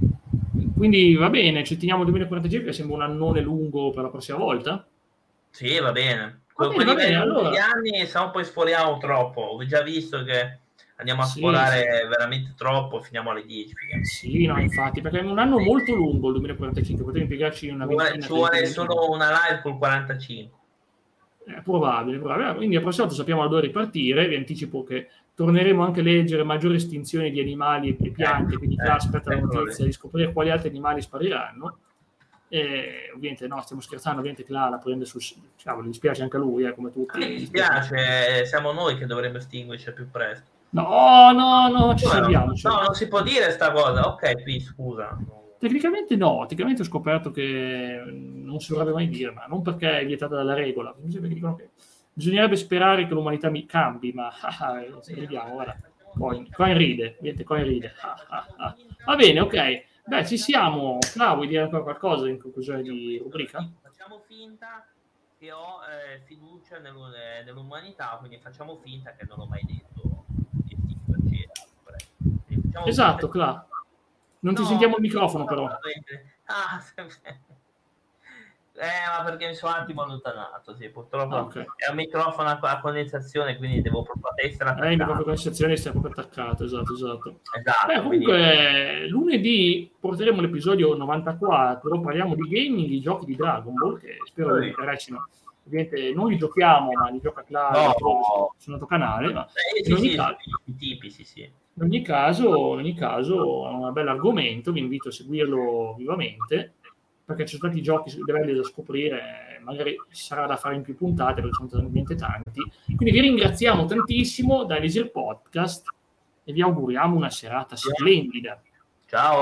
[SPEAKER 1] Quindi va bene, ci teniamo il duemilaquarantacinque, che sembra un annone lungo per la prossima volta?
[SPEAKER 2] Sì, va bene.
[SPEAKER 1] Va bene, va bene, allora.
[SPEAKER 2] Gli anni, se no poi sforiamo troppo. Ho già visto che andiamo a sì, sforare sì. veramente troppo, finiamo alle dieci. Finiamo.
[SPEAKER 1] Sì, no, infatti, perché è un anno molto lungo il duemilaquarantacinque, potremmo impiegarci una ventina.
[SPEAKER 2] Ci vuole solo una live col quarantacinque.
[SPEAKER 1] È probabile, probabile. Quindi la prossima volta sappiamo da dove ripartire. Vi anticipo che torneremo anche a leggere maggiori estinzioni di animali e piante, eh, quindi già eh, aspetta la notizia di scoprire quali altri animali spariranno. E ovviamente no, stiamo scherzando, ovviamente Clara prende sul, diciamo, gli dispiace anche a lui, eh, come tutti.
[SPEAKER 2] Mi dispiace, siamo noi che dovremmo estinguerci più presto.
[SPEAKER 1] No, no, no, ci salviamo.
[SPEAKER 2] No, non si può dire sta cosa. Ok, qui scusa.
[SPEAKER 1] Tecnicamente no, tecnicamente ho scoperto che non si dovrebbe mai dire, ma non perché è vietata dalla regola, perché dicono che bisognerebbe sperare che l'umanità mi cambi, ma ah, vediamo, guarda. Coin, coin ride, vedete, coin ride. Ah, ah, ah. Va bene, ok. Beh, ci siamo. Ah, vuoi dire ancora qualcosa in conclusione di rubrica?
[SPEAKER 2] Facciamo finta che ho eh, fiducia nell'u- nell'umanità, quindi facciamo finta che non l'ho mai detto. Facciamo
[SPEAKER 1] Esatto,
[SPEAKER 2] finta...
[SPEAKER 1] Cla. Non
[SPEAKER 2] no,
[SPEAKER 1] ti sentiamo il microfono, però.
[SPEAKER 2] Ah, eh, ma perché mi sono un attimo allontanato, sì, purtroppo
[SPEAKER 1] Ah, okay.
[SPEAKER 2] è un microfono a, a condensazione, quindi devo proprio essere attaccato.
[SPEAKER 1] Eh, il microfono a condensazione sta proprio attaccato, esatto, esatto.
[SPEAKER 2] Esatto.
[SPEAKER 1] Beh, comunque,
[SPEAKER 2] quindi...
[SPEAKER 1] lunedì porteremo l'episodio novantaquattro, parliamo di gaming, di giochi di Dragon Ball, che spero vi interessino. Ovviamente non li giochiamo, ma li gioca Claudio
[SPEAKER 2] no.
[SPEAKER 1] sul nostro canale. Ma
[SPEAKER 2] eh, sì,
[SPEAKER 1] in ogni
[SPEAKER 2] sì,
[SPEAKER 1] caso,
[SPEAKER 2] i tipi, sì, sì.
[SPEAKER 1] In ogni caso, in ogni caso, è un bel argomento, vi invito a seguirlo vivamente, perché ci sono tanti giochi belli da scoprire, magari ci sarà da fare in più puntate, perché sono talmente tanti. Quindi vi ringraziamo tantissimo da Elisir Podcast e vi auguriamo una serata splendida.
[SPEAKER 2] Ciao.